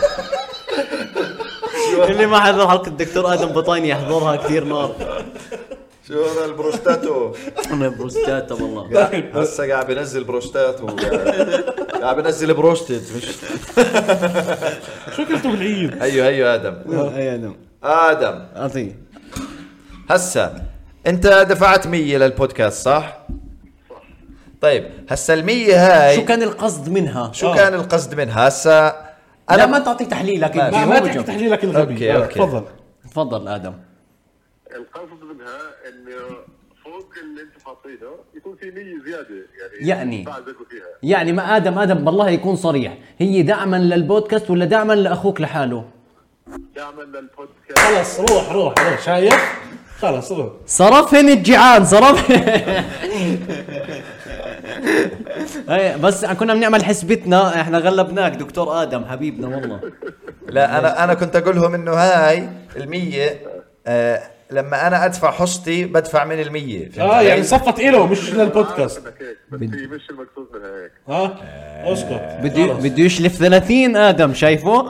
اللي ما حضر حلقه الدكتور ادم بطايني يحضرها كثير نار. شو هذا البروستاتو؟ انا بروستاتا والله. هسه قاعد بنزل بروستاتو قاعد بنزل بروستات مش شو كنتوا بالعيد؟ ايوه ادم اعطيه. هسه انت دفعت 100 للبودكاست صح؟ طيب هسه ال100 هاي شو كان القصد منها؟ كان القصد منها؟ هسه انا ما تعطي تحليلك ما تعطي تحليلك الغبي. اوكي تفضل ادم. القصد منها انه فوق اللي انت حاطينه يكون في 100 زياده يعني يعني ما ادم بالله يكون صريح، هي دعما للبودكاست ولا دعما لاخوك لحاله؟ دعما للبودكاست. خلص روح شايف خلص روح. صرفهن الجيعان صرف. بس كنا بنعمل حسبتنا احنا غلبناك دكتور ادم حبيبنا والله. لا انا كنت اقولهم انه هاي ال100 لما انا ادفع حصتي بدفع من ال100. يعني صفت إله مش للبودكاست. بس هي مش المقصود منها هيك. اسكت بده يشلف 30 ادم شايفه.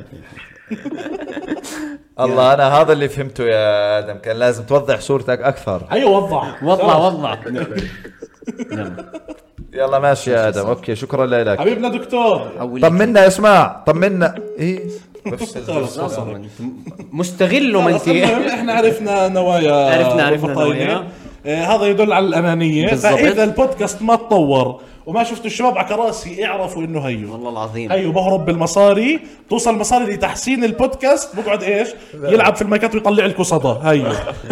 الله انا هذا اللي فهمته يا ادم، كان لازم توضح صورتك اكثر. ايوه وضح. يلا ماشي يا ادم. اوكي شكرا لك حبيبنا دكتور. طمنا اسمع طمنا. ايه مستغله ما انت. احنا عرفنا نوايا. نوايا. هذا يدل على الأنانية. فإذا البودكاست ما تطور وما شفتوا الشباب على كراسي اعرفوا انه هيو والله العظيم بهرب بالمصاري. توصل المصاري لتحسين البودكاست بقعد ايش يلعب في المايكات ويطلع لكم صدى. هيو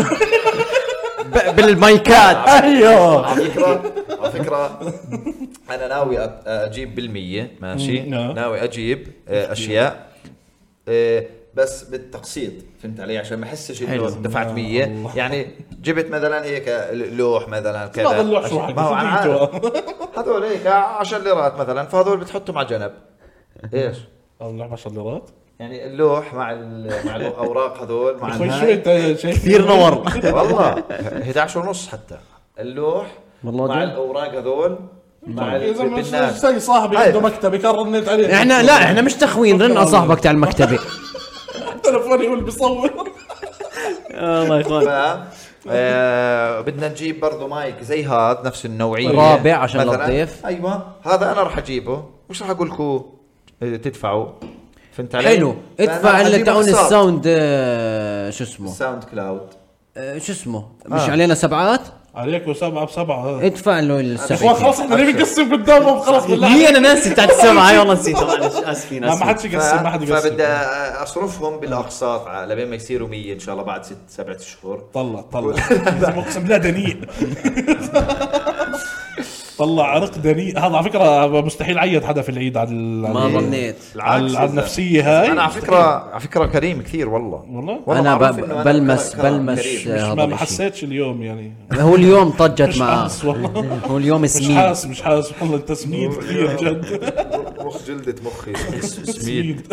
بالمايكات. ايوه على فكرة انا ناوي اجيب بال100 ماشي. ناوي اجيب اشياء بس بالتقسيط، فهمت علي؟ عشان ما احسش انه دفعت 100. يعني جبت مثلا هيك لوح مثلا كذا. هذا اللوح شو ما هو هذول هيك 10 ليرات مثلا، فهذول بتحطهم على جنب. ايش اللوح 10 ليرات؟ يعني اللوح مع الاوراق هذول مع كثير نور والله 11.5 حتى اللوح مع الاوراق هذول مع البنات. زي صاحبي عنده مكتب يكرر عليه. احنا مش تخوين. رن على صاحبك تاع المكتبه. تلفوني يقول بيصور. الله يخليك. بدنا نجيب برضو مايك زي هذا نفس النوعيه رابع عشان الضيف. ايوه هذا انا راح اجيبه. مش راح اقول لكم تدفعوا، فهمت علي؟ حلو. ادفع اللي تاعون الساوند شو اسمه الساوند كلاود شو اسمه مش علينا سبعات عليكم 7 ب7. ادفع له السبعة. خلاص احنا ليه بنقسم قدامهم خلاص بالله. هي انا ناسي بتاعت السبعة. هاي والله نسيتها معلش اسفين. ما حدش يقسم ما حد يقسم. فبدي اصرفهم بالاقساط لبين ما يصيروا 100 ان شاء الله بعد 6-7 شهور. طلع اقسم بالله دنيء. طلع عرق دني. هذا على فكره مستحيل عيد حدا في العيد على ما ظنيت على النفسيه هاي. انا على فكره كريم كثير والله انا بلمس ما حسيتش اليوم يعني. هو اليوم طجت معاه هو اليوم مش سميد حاسس والله انت سميد كثير جد. مخ جلدة مخي سميد.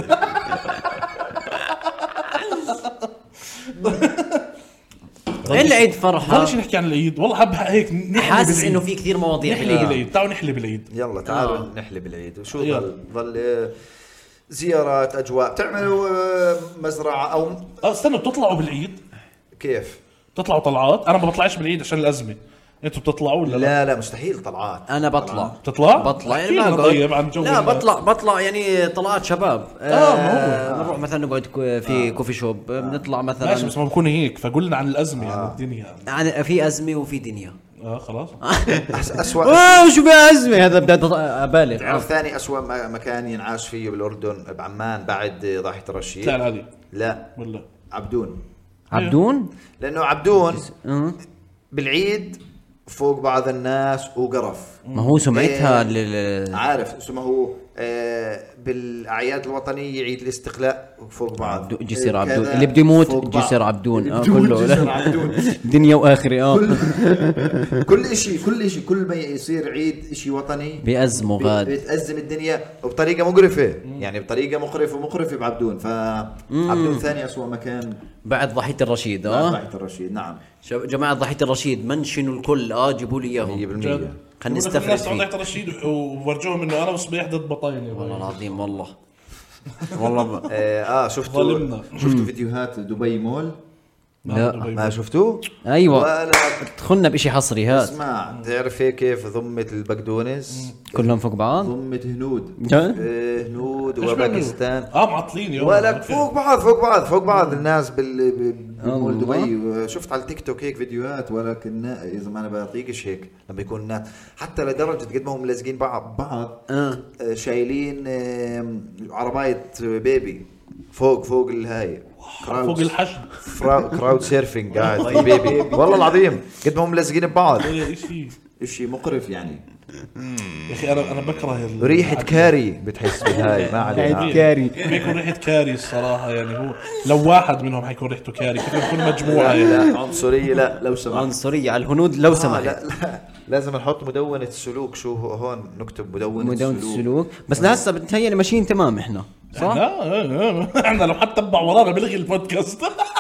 العيد فرحة. بلاش نحكي عن العيد والله حب هيك حاسس انه في كثير مواضيع نحلي بالعيد. تعالوا نحلي بالعيد. يلا تعالوا نحلي بالعيد. وشو ظل زيارات اجواء. بتعملوا مزرعة او استنوا بتطلعوا بالعيد كيف؟ تطلعوا طلعات؟ انا ما بطلعش بالعيد عشان الازمة. انتوا بتطلعوا ولا لا مستحيل طلعات. انا بطلع يعني ما طيب عن جو. لا بطلع يعني طلعات شباب. نروح مثلا نقعد في كوفي شوب. بنطلع مثلا ماشي بس ما بكون هيك. فقلنا عن الازمة يعني الدنيا يعني في ازمة وفي دنيا. خلاص. أسوأ شو في ازمة. هذا بدي ابالغ. تعرف ثاني أسوأ مكان ينعاش فيه بالاردن بعمان بعد ضاحية الرشيد. لا هذه لا ولا عبدون. لانه عبدون بالعيد فوق بعض الناس وقرف. ما هو سمعتها عارف اسمه هو بالاعياد الوطنيه عيد الاستقلاء فوق بعض جسر عبدون اللي بده يموت جسر عبدون كله دنيا واخره. كل شيء كل ما يصير عيد شيء وطني بيأزموا غاد بتأزم الدنيا وبطريقه مقرفه يعني بطريقه مقرفه بعبدون. فعبدون ثاني أسوأ مكان بعد ضحية الرشيد. بعد ضحية الرشيد. نعم جماعة ضحية الرشيد منشنوا الكل. جيبوا لي اياهم 100%. خلينا نستفرد فيه. ضحية الرشيد وورجوهم انه انا وصبيح ضد بطايني والله العظيم والله شفتوا فيديوهات دبي مول؟ لا ما شفتوه؟ ايوه دخلنا بشي حصري. هات اسمع تعرف كيف ضمة البقدونس كلهم فوق بعض. ضمة هنود وباكستان معطلين ولا فوق بعض الناس بمول دبي. شفت على التيك توك هيك فيديوهات ولكن اذا ما انا بطيقش هيك لما يكون الناس حتى لدرجه قد ما هم لازقين بعض شايلين عربايه بيبي فوق الهاي فوق الحشد كراود سيرفينج قاعد بيبي والله العظيم قد ما هم لازقين ببعض. شيء مقرف يعني. يا اخي انا بكره ريحه كاري بتحس بهاي ما عليها كاري بيكون ريحه كاري الصراحه يعني. هو لو واحد منهم حيكون ريحته كاري كيف يكون مجموعه يعني. لا عنصريه لا لو سمحت عنصريه على الهنود لو سمحت. لا لازم نحط مدونة السلوك. شو هون نكتب مدونة السلوك بس لهسه بتهيألي ماشيين تمام احنا صح؟ احنا لو حد تبع ورانا بلغي البودكاست.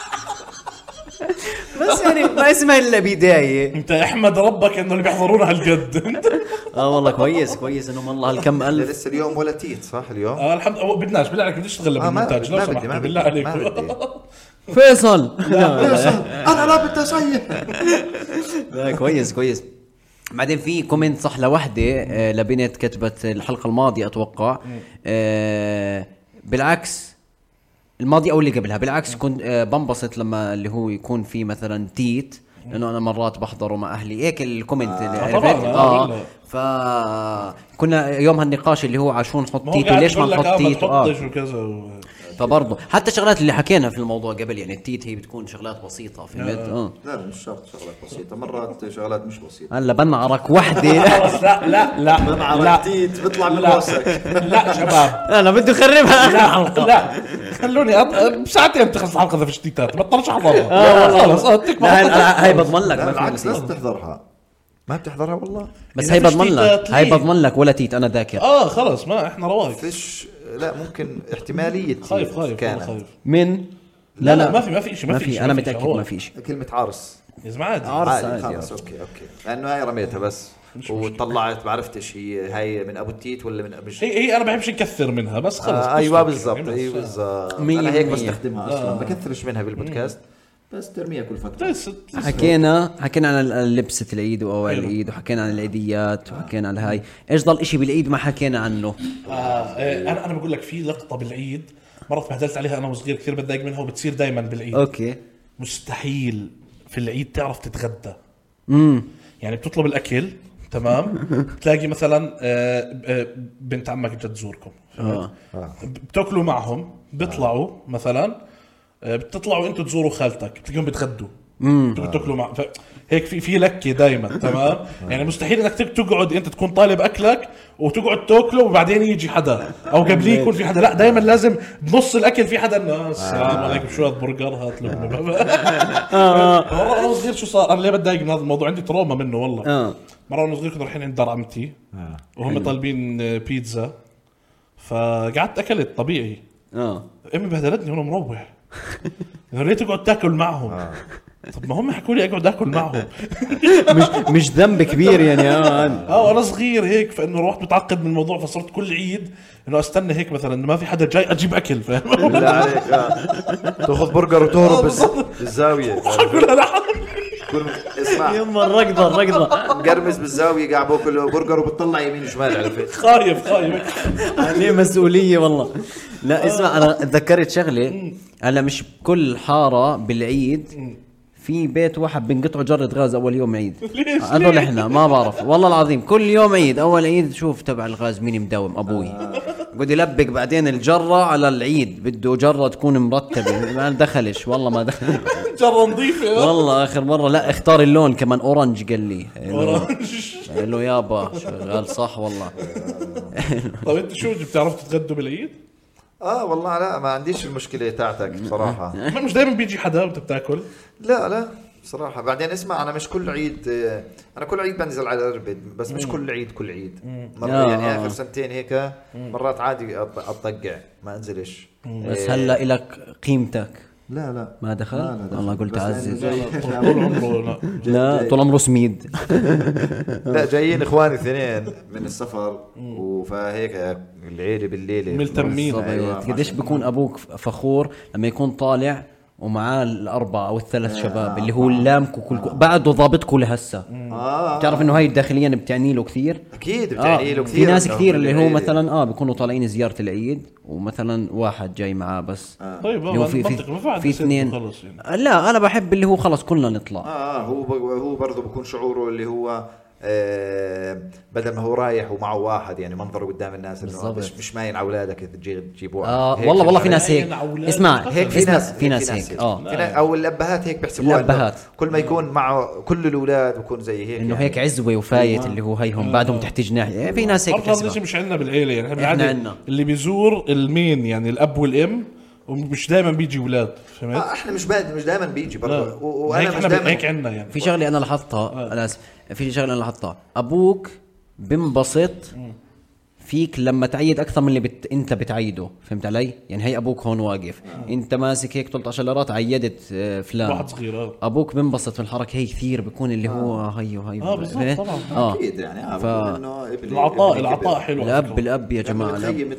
بس يعني ما اسمها الا بدايه. انت احمد ربك انه اللي بيحضرونا هالقد. والله كويس انهم والله هالكم الف. لسه اليوم ولا تيت صح اليوم. الحمد لله بدناش بالله عليك بديش تغلب بالمونتاج لو سمحت بالله عليك. فيصل انا لا بدي اصيح. لا كويس. بعدين في كومنت صح لوحده لبنت كتبت الحلقه الماضيه اتوقع بالعكس الماضي او اللي قبلها. بالعكس كنت بنبسط لما اللي هو يكون في مثلا تيت لانه انا مرات بحضره مع اهلي هيك الكومنت اللي عرفت. فكنا يوم هالنقاش اللي هو عشان نحط تيت وليش ما نحط تيت وكذا. فبرضه حتى الشغلات اللي حكينا في الموضوع قبل يعني التيت هي بتكون شغلات بسيطه في لا مش شرط شغلات بسيطه مرات شغلات مش بسيطه. هلا بنعرك وحده. لا بنعرك تيت بيطلع من راسك. لا شباب انا بدي اخربها. لا خلوني بساعتين تخلص الحلقه اذا فيش تيتات بطلش احضرها. خلص هاي بضمن لك. بالعكس لازم تحضرها. ما بتحضرها والله بس هاي بضمن لك ولا تيت انا ذاكر. خلص ما احنا رواق فيش. لا ممكن احتماليه خايف من لا ما في شيء ما في انا متاكد ما فيش كلمه عرس يا زلمه عادي خلص اوكي لانه هاي رميتها بس وطلعت بعرفتش هاي من ابو التيت ولا من ابو هي انا بحبش نكثر منها بس خلص. ايوه بالضبط انا هيك بستخدمها اصلا بكثرش منها بالبودكاست بس ترميها كل فتره. حكينا عن لبسه العيد واوائل العيد وحكينا عن العيديات وحكينا عن هاي. ايش ضل اشي بالعيد ما حكينا عنه؟ انا بقول لك في لقطه بالعيد مرات بهدلت عليها انا وصغير كثير بتضايق منها وبتصير دائما بالعيد. اوكي مستحيل في العيد تعرف تتغدى. يعني بتطلب الاكل تمام تلاقي مثلا بنت عمك جت تزوركم بتاكلوا معهم بيطلعوا مثلا بتطلعوا انتوا تزوروا خالتك بتلاقيهم بتغدوا بتاكلوا مع هيك في لكه دائما تمام. يعني مستحيل انك تقعد انت تكون طالب اكلك وتقعد تاكله وبعدين يجي حدا او قبليه يكون في حدا، لا دائما لازم بنص الاكل في حدا انه السلام عليكم شو هذا برجر هات لقمه. والله انا صغير شو صار، انا ليه بتضايق من هذا الموضوع، عندي تروما منه والله. مره وانا صغير كنا رايحين عند دار عمتي وهم طالبين بيتزا، فقعدت اكلت طبيعي. امي بهدلتني وانا مروح انه ليه تقعد تاكل معهم؟ طب ما هم حكوا لي اقعد اكل معهم. مش ذنب كبير يعني. انا صغير هيك، فانه روحت متعقد من الموضوع، فصرت كل عيد انه استنى هيك مثلا انه ما في حدا جاي اجيب اكل، فاهم؟ لا عليك تاخذ برجر وتهرب بالزاويه. اسمع يما الركضه مقرمز بالزاويه قاعد باكل برجر وبتطلع يمين وشمال على فكره. خايف عليه مسؤوليه والله. لا اسمع، انا تذكرت شغله، انا مش بكل حاره بالعيد في بيت واحد بنقطعوا جرة غاز اول يوم عيد. هذول احنا ما بعرف والله العظيم، كل يوم عيد اول عيد شوف تبع الغاز مين مداوم، ابوي قد يلبق بعدين الجرة على العيد، بده جرة تكون مرتبة، ما دخلش والله ما دخل. جرة نظيفة والله اخر مرة لا اختار اللون كمان اورنج، قال لي قال له يابا قال صح والله. طيب انت شو بتعرف تتغدوا بالعيد؟ والله لا ما عنديش المشكلة تاعتك بصراحة. مش دائما بيجي حدا وانت بتاكل؟ لا صراحة. بعدين اسمع، أنا مش كل عيد، أنا كل عيد بنزل على الأربد، بس مش كل عيد مرة يعني آخر سنتين هيك مرات عادي أطقع ما أنزلش. بس هلا إلك قيمتك. لا ما دخل. والله قلت عزيز. طول عمره لا طول عمره سميد. لا جايين إخواني اثنين من السفر وفهيك العيلة بالليلة ملتمين. قديش بيكون أبوك فخور لما يكون طالع ومعاه الأربعة أو الثلاث شباب اللي هو اللامكو كل بعده ضابطكم لهسه. تعرف إنه هاي داخليا بتعني له كثير. أكيد بتعني له كثير. في ناس كثير اللي هو مثلا بيكونوا طالعين زيارة العيد ومثلا واحد جاي معاه بس. طيب في اثنين. يعني. لا أنا بحب اللي هو خلص كلنا نطلع. هو برضه بكون شعوره اللي هو بدل ما هو رايح ومعه واحد يعني منظره قدام الناس انه مش ماين على اولادك تجيب واحد. والله في ناس هيك. اسمع هيك في ناس هيك او الابهات هيك بيحسبوها كل ما يكون معه كل الاولاد بكون زي هيك انه هيك عزوه وفايت اللي هو هيهم بعدهم تحت جناح. في ناس هيك بتحسبها. مش عندنا بالعيله يعني احنا اللي بيزور المين يعني الاب والام ومش دائما بيجي اولاد، فهمت؟ احنا مش دائما بيجي برضه. وانا مش دائما هيك عندنا يعني. في شغله انا لاحظتها انا اسف، في شغله انا لاحظتها، ابوك بنبسط فيك لما تعيد اكثر من اللي انت بتعيده، فهمت علي؟ يعني هي ابوك هون واقف انت ماسك هيك 13 ليرات عيدت فلان واحد صغير ابوك بنبسط في الحركه هي كثير بيكون اللي هو هيو بالضبط طبعا اكيد يعني العطاء حلو. الاب يا جماعه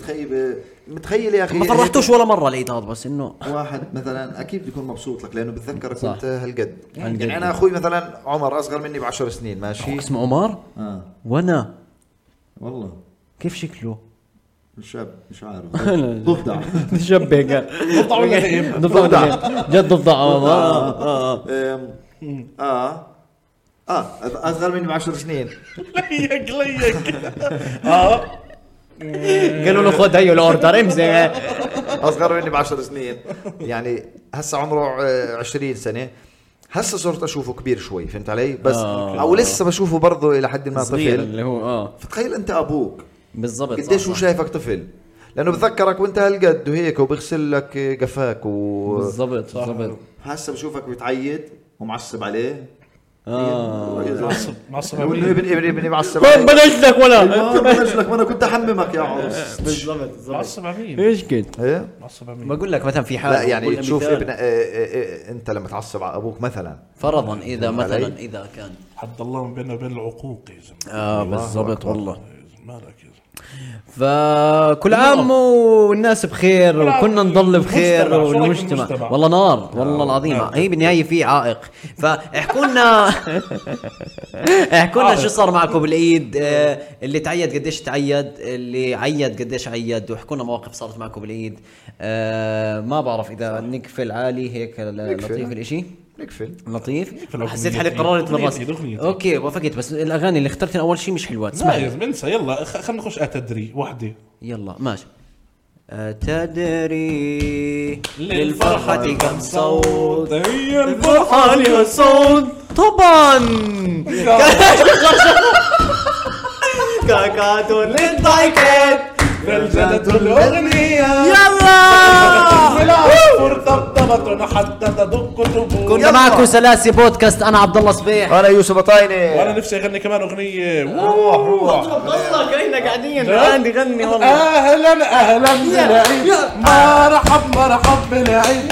متخيل يا اخي ما فرحتوش ولا مره العيد هذا، بس انه واحد مثلا اكيد بيكون مبسوط لك لانه بتذكرك كنت هالقد. يعني انا اخوي مثلا عمر اصغر مني ب10 سنين ماشي. اسمه عمر وانا والله كيف شكله الشاب مش عارف ضفدع شبه ضفدع ولا ضفدع جد ضفدع. اصغر مني ب10 سنين. ليك قالوا له خذ هيو الاوردر امزح. اصغر مني ب10 سنين يعني هسه عمره 20 سنه. هسه صرت اشوفه كبير شوي، فهمت علي؟ بس او لسه بشوفه برضه الى حد ما طفل اللي هو فتخيل انت ابوك بالضبط قديش هو شايفك طفل، لانه بذكرك وانت هالقد وهيك وبغسل لك قفاك بالضبط. هسه بشوفك بتعيد ومعصب عليه. معصب ابني معصب بلاش لك ولا بلاش لك، وانا كنت احممك يا عروس. بالضبط معصب عمين ايش كده ايه معصب عمين. بقول لك مثلا في حاله لا يعني تشوف ابن انت لما تعصب على ابوك مثلا فرضا اذا مثلا اذا كان حد الله من بيننا وبين العقوق يا زلمه. بالضبط والله مالك يا زلمه. فكل عام والناس بخير وكنا نضل بخير والمجتمع والله نار والله العظيم. هي بالنهايه في عائق. فاحكوا لنا شو صار معكم بالعيد؟ اللي تعيد قديش تعيد، اللي عيد قديش عيد، واحكوا لنا مواقف صارت معكم بالعيد. ما بعرف اذا نقفل عالي هيك لطيف الاشي نقفل لطيف. حسيت حالي قررت من راسي. اوكي وافقت، بس الاغاني اللي اخترتها اول شيء مش حلوه. اسمع يا زلمه انسى. يلا خلينا نخش اتدري وحده. يلا ماشي. تدري للفرحة كم صوت، هي الفرحة لها صوت طبعا كاكاتون للضحكات فلجلة الأغنية يلا والعصفور طبطبة حتى تدق طبول. كنا معكم سلاسي بودكاست. انا عبد الله صبيح انا يوسف طايني وانا نفسي اغني كمان اغنية. روح والله كأننا قاعدين عندي غني والله. اهلا بالعيد مرحب بالعيد.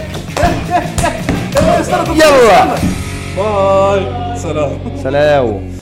يلا باي سلام.